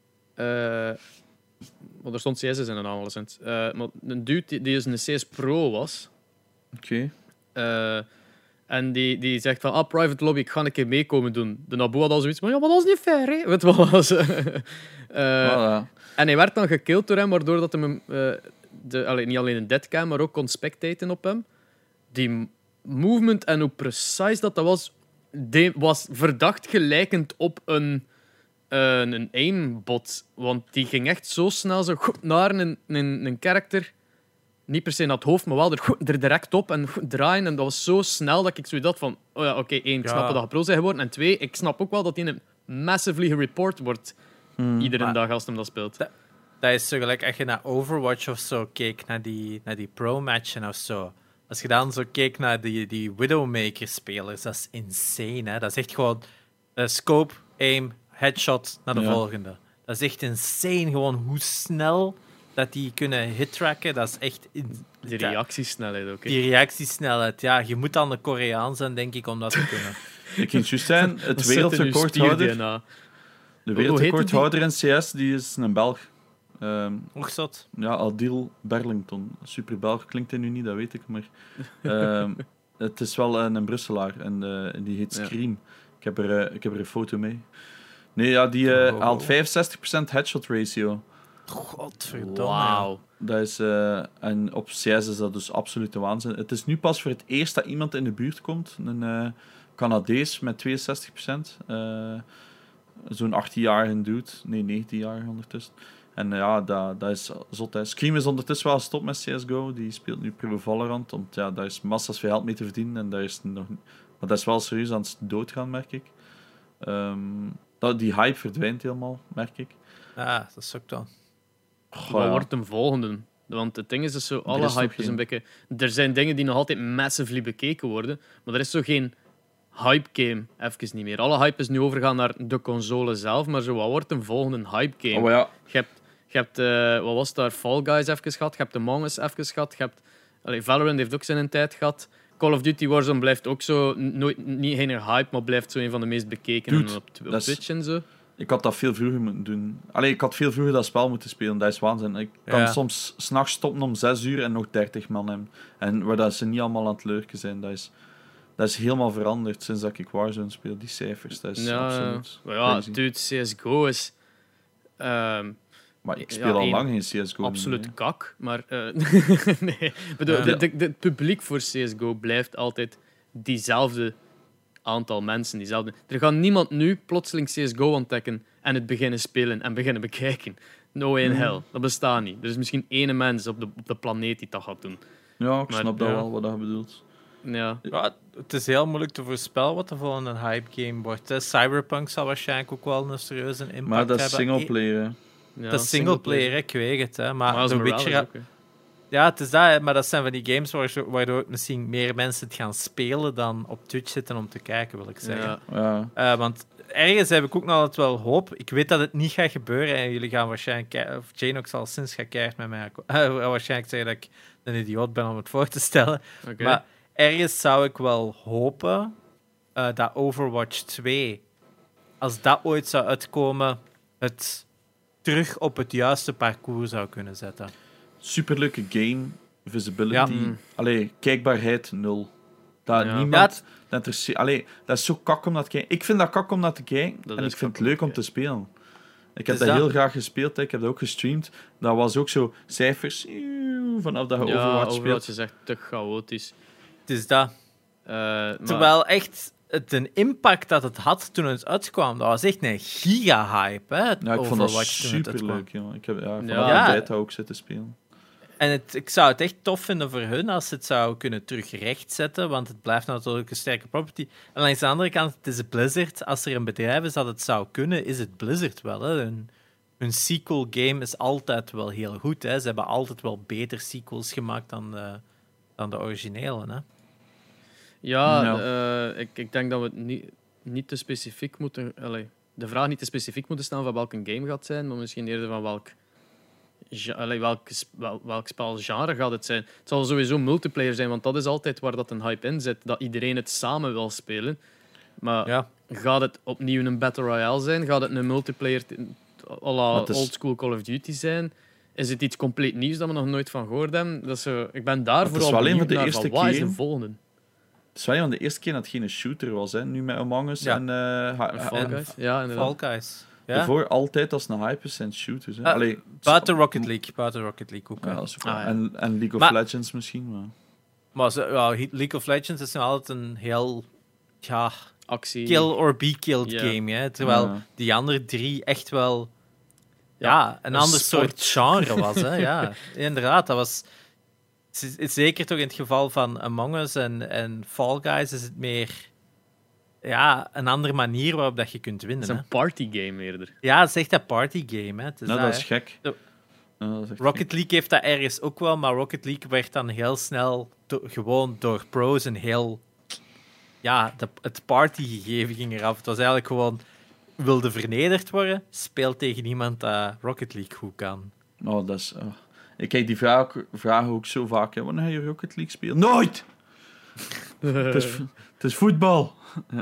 Speaker 2: Maar er stond CS in zijn naam alleszins. Maar een dude die dus een CS Pro was.
Speaker 3: Oké.
Speaker 2: En die zegt van, private lobby, ik ga een keer meekomen doen. De Abu had al zoiets van, maar dat is niet fair, hè. Weet wat was.
Speaker 3: Voilà.
Speaker 2: En hij werd dan gekilld door hem, waardoor dat hem niet alleen een deadcam, maar ook kon spectaten op hem. Die movement en hoe precies dat was verdacht gelijkend op een aimbot. Want die ging echt zo snel zo naar een karakter. Niet per se naar het hoofd, maar wel er direct op en draaien. En dat was zo snel dat ik zoiets dacht van... Oké, 1, ik snap dat je pro zijn geworden. En 2, ik snap ook wel dat hij massively gereport wordt. Iedere dag als hij dat speelt.
Speaker 1: Dat is zo gelijk als je naar Overwatch of zo keek, naar die pro-matchen of zo. Als je dan zo keek naar die Widowmaker-spelers, dat is insane, hè. Dat is echt gewoon scope, aim, headshot naar de volgende. Dat is echt insane, gewoon hoe snel dat die kunnen hit-tracken. Dat is echt...
Speaker 2: Die reactiesnelheid ook.
Speaker 1: Die reactiesnelheid, ja. Je moet dan de Koreaan zijn, denk ik, om dat te kunnen.
Speaker 3: Ik ging juist zijn, het wereldrecordhouder... De wereldrecordhouder in CS, die is een Belg.
Speaker 1: Och zot.
Speaker 3: Ja, Adil Berlington. Super Belg klinkt hij nu niet, dat weet ik, maar... het is wel een Brusselaar en die heet Scream. Ik heb er een foto mee. Nee, ja, die haalt 65% headshot ratio.
Speaker 1: Godverdomme.
Speaker 2: Wauw.
Speaker 3: Dat is, en op CS is dat dus absolute waanzin. Het is nu pas voor het eerst dat iemand in de buurt komt. Een Canadees met 62%. Zo'n 18-jarige dude. Nee, 19-jarige ondertussen. En dat is zot. Hè. Scream is ondertussen wel gestopt met CSGO. Die speelt nu Pro Valorant. Want daar is massa's veel geld mee te verdienen. En daar is nog... Maar dat is wel serieus aan het doodgaan, merk ik. Die hype verdwijnt helemaal, merk ik.
Speaker 1: Ja, dat is ook dan.
Speaker 2: Wat wordt een volgende? Want het ding is dus zo, alle hype is een beetje... Er zijn dingen die nog altijd massively bekeken worden, maar er is zo geen hype game even niet meer. Alle hype is nu overgegaan naar de console zelf, maar zo, wat wordt een volgende hype game?
Speaker 3: Oh ja.
Speaker 2: Je hebt wat was daar? Fall Guys even gehad, je hebt Among Us even gehad, Valorant heeft ook zijn tijd gehad. Call of Duty Warzone blijft ook zo, niet geen hype, maar blijft zo een van de meest bekeken op Twitch en zo.
Speaker 3: Ik had dat veel vroeger moeten doen. Ik had veel vroeger dat spel moeten spelen, dat is waanzin. Ik kan soms 's nachts stoppen om 6 uur en nog 30 man hebben. En waar dat ze niet allemaal aan het lurken zijn, dat is helemaal veranderd sinds dat ik Warzone speel, die cijfers. Dat is absoluut crazy.
Speaker 2: Dude, CSGO is...
Speaker 3: maar ik speel al lang geen CSGO.
Speaker 2: Absoluut kak, maar... nee. Het publiek voor CSGO blijft altijd diezelfde aantal mensen. Er gaat niemand nu plotseling CSGO ontdekken en het beginnen spelen en beginnen bekijken. No way in hell. Dat bestaat niet. Er is misschien één mens op de planeet die dat gaat doen.
Speaker 3: Ja, ik snap dat wel, wat je bedoelt.
Speaker 2: Ja.
Speaker 1: Het is heel moeilijk te voorspellen wat de volgende hype game wordt. Hè. Cyberpunk zal waarschijnlijk ook wel een serieuze impact hebben.
Speaker 3: Maar dat is singleplayer.
Speaker 1: Ja, dat is singleplayer, ik weet het. Hè. Maar
Speaker 2: The Witcher...
Speaker 1: Ook, ja, het is dat, maar dat zijn van die games waardoor misschien meer mensen het gaan spelen dan op Twitch zitten om te kijken, wil ik zeggen.
Speaker 3: Ja.
Speaker 1: Want ergens heb ik ook nog altijd wel hoop. Ik weet dat het niet gaat gebeuren en jullie gaan waarschijnlijk... Of Jane zal sinds gaan keihard met mij... waarschijnlijk zeggen dat ik een idioot ben om het voor te stellen.
Speaker 2: Okay.
Speaker 1: Maar ergens zou ik wel hopen dat Overwatch 2, als dat ooit zou uitkomen, het terug op het juiste parcours zou kunnen zetten.
Speaker 3: Superleuke game, visibility. Ja. Kijkbaarheid 0. Dat niemand... Dat is zo kak om dat te kijken. Ik vind dat kak om dat te kijken en ik vind het leuk om te spelen. Ik heb dat heel graag gespeeld, ik heb dat ook gestreamd. Dat was ook zo cijfers vanaf dat je Overwatch speelt.
Speaker 2: Overwatch is echt te chaotisch.
Speaker 1: Het is dat. Terwijl echt de impact dat het had toen het uitkwam, dat was echt een giga-hype. Hè,
Speaker 3: ik vond dat superleuk. Ik heb vanaf die tijd ook zitten spelen.
Speaker 1: En ik zou het echt tof vinden voor hun als ze het zou kunnen terug rechtzetten, want het blijft natuurlijk een sterke property. En langs de andere kant, het is Blizzard. Als er een bedrijf is dat het zou kunnen, is het Blizzard wel. Hè. Hun sequel-game is altijd wel heel goed. Hè. Ze hebben altijd wel beter sequels gemaakt dan de originele. Hè.
Speaker 2: Ik denk dat we het niet te specifiek moeten... de vraag niet te specifiek moeten staan van welke game gaat zijn, maar misschien eerder van welk spelgenre gaat het zijn. Het zal sowieso multiplayer zijn, want dat is altijd waar dat een hype in zit. Dat iedereen het samen wil spelen. Maar gaat het opnieuw een Battle Royale zijn? Gaat het een multiplayer à la oldschool Call of Duty zijn? Is het iets compleet nieuws dat we nog nooit van gehoord hebben? Ik ben daar vooral benieuwd naar van wat is de volgende.
Speaker 3: Het is wel een van de eerste keer dat het geen shooter was, hè? Nu met Among Us en
Speaker 2: Fall Guys. Ja, inderdaad.
Speaker 1: Fall Guys. Ja?
Speaker 3: Daarvoor altijd als een hype is shooters. Hè?
Speaker 1: Buiten Rocket League ook.
Speaker 3: Ja, en League of Legends misschien.
Speaker 1: Maar League of Legends is nog altijd een heel
Speaker 2: actie
Speaker 1: kill or be killed game. Hè? Terwijl die andere drie echt wel een ander soort genre was. Hè? Ja, inderdaad, dat was... Zeker toch in het geval van Among Us en Fall Guys is het meer een andere manier waarop dat je kunt winnen.
Speaker 2: Het is een partygame eerder.
Speaker 1: Ja, het is echt een partygame. Hè.
Speaker 3: Dat is gek.
Speaker 1: Rocket League heeft dat ergens ook wel, maar Rocket League werd dan heel snel gewoon door pros een heel... het partygegeven ging eraf. Het was eigenlijk gewoon... Wilde vernederd worden, speel tegen iemand dat Rocket League goed kan.
Speaker 3: Oh, dat is... Ik kijk die vragen ook zo vaak. Hè. Wanneer ga je Rocket League spelen? Nooit! Het is voetbal.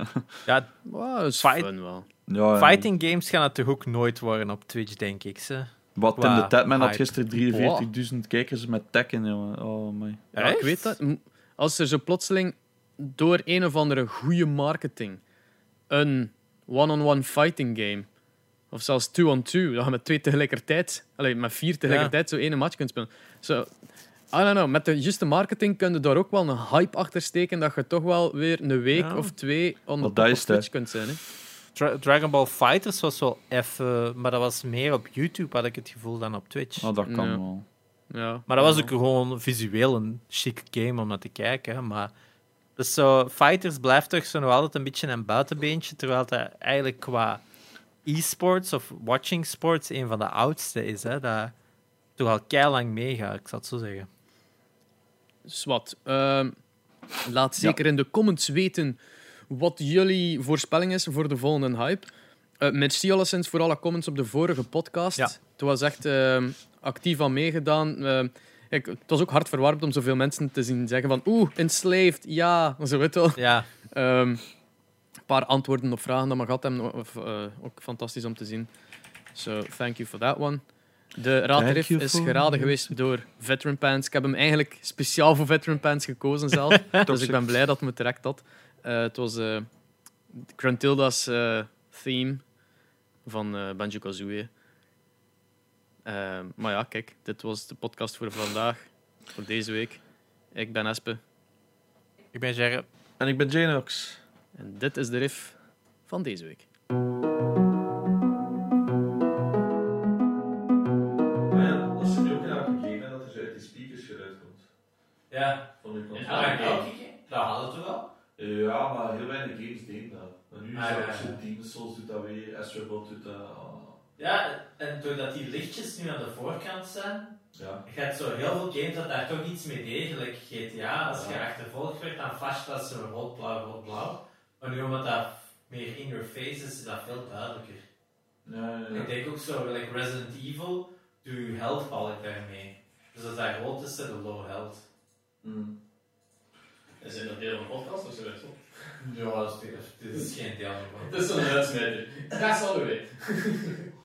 Speaker 2: Dat is fun wel.
Speaker 1: Fighting games gaan het toch ook nooit worden op Twitch, denk ik.
Speaker 3: Wat Tim de Tatman had gisteren 43.000 kijkers met Tekken. Jongen. Oh my.
Speaker 2: Ja, ik weet dat. Als er zo plotseling door een of andere goede marketing een one-on-one fighting game of zelfs 2-on-2, dat je met 2 tegelijkertijd, met 4 tegelijkertijd zo één match kunt spelen. I don't know, met de juiste marketing kun je daar ook wel een hype achter steken dat je toch wel weer een week of 2 op Twitch kunt zijn. Hè.
Speaker 1: Dragon Ball Fighters was wel even, maar dat was meer op YouTube, had ik het gevoel, dan op Twitch.
Speaker 3: Oh, dat kan wel.
Speaker 2: Ja,
Speaker 1: maar dat was ook gewoon visueel een chic game om naar te kijken. Maar dus zo, Fighters blijft toch zo nog altijd een beetje een buitenbeentje, terwijl het eigenlijk qua e-sports of watching sports een van de oudste is. Hè. toch al keilang meegaat, ik zal het zo zeggen.
Speaker 2: Zwat. Laat zeker in de comments weten wat jullie voorspelling is voor de volgende hype. Merci alleszins voor alle comments op de vorige podcast.
Speaker 1: Ja.
Speaker 2: Het was echt actief aan meegedaan. Het was ook hartverwarmend om zoveel mensen te zien zeggen van enslaved, ja, zo weet wel.
Speaker 1: Ja.
Speaker 2: Een paar antwoorden op vragen dat we gehad hebben. Ook fantastisch om te zien. So, thank you for that one. De raadriff is geraden geweest door Veteran Pants. Ik heb hem eigenlijk speciaal voor Veteran Pants gekozen zelf. Dus ik ben blij dat hij me direct had. Het was Gruntilda's theme van Banjo-Kazooie. Maar ja, kijk, dit was de podcast voor vandaag. Voor deze week. Ik ben Espe.
Speaker 1: Ik ben Gerre.
Speaker 3: En ik ben Janox.
Speaker 2: En dit is de riff van deze week.
Speaker 3: Als je nu ook elke game dat er uit die speakers geluid komt.
Speaker 1: Ja.
Speaker 3: Van uw
Speaker 1: En elke game? Dat hadden we toch wel?
Speaker 3: Ja, maar heel weinig games deden dat. Maar nu is
Speaker 1: ja.
Speaker 3: zo Demon's Souls doet dat weer, Astrobot doet dat.
Speaker 1: Ja, en doordat die lichtjes nu aan de voorkant zijn, je hebt zo heel veel games dat daar toch iets mee deed. Like GTA, als je achtervolgd werd, dan flasht dat zo rood, blauw. Maar nu omdat dat meer in your face is, is dat veel duidelijker.
Speaker 3: Ja.
Speaker 1: Ik denk ook zo, like Resident Evil, doe je health balk daarmee. Dus als dat rood is, zet je low health.
Speaker 2: Is dit een deel van de podcast of zo?
Speaker 1: Ja, dit is geen deel van de podcast.
Speaker 2: Het is een uitsmijter. Dat zal u weten.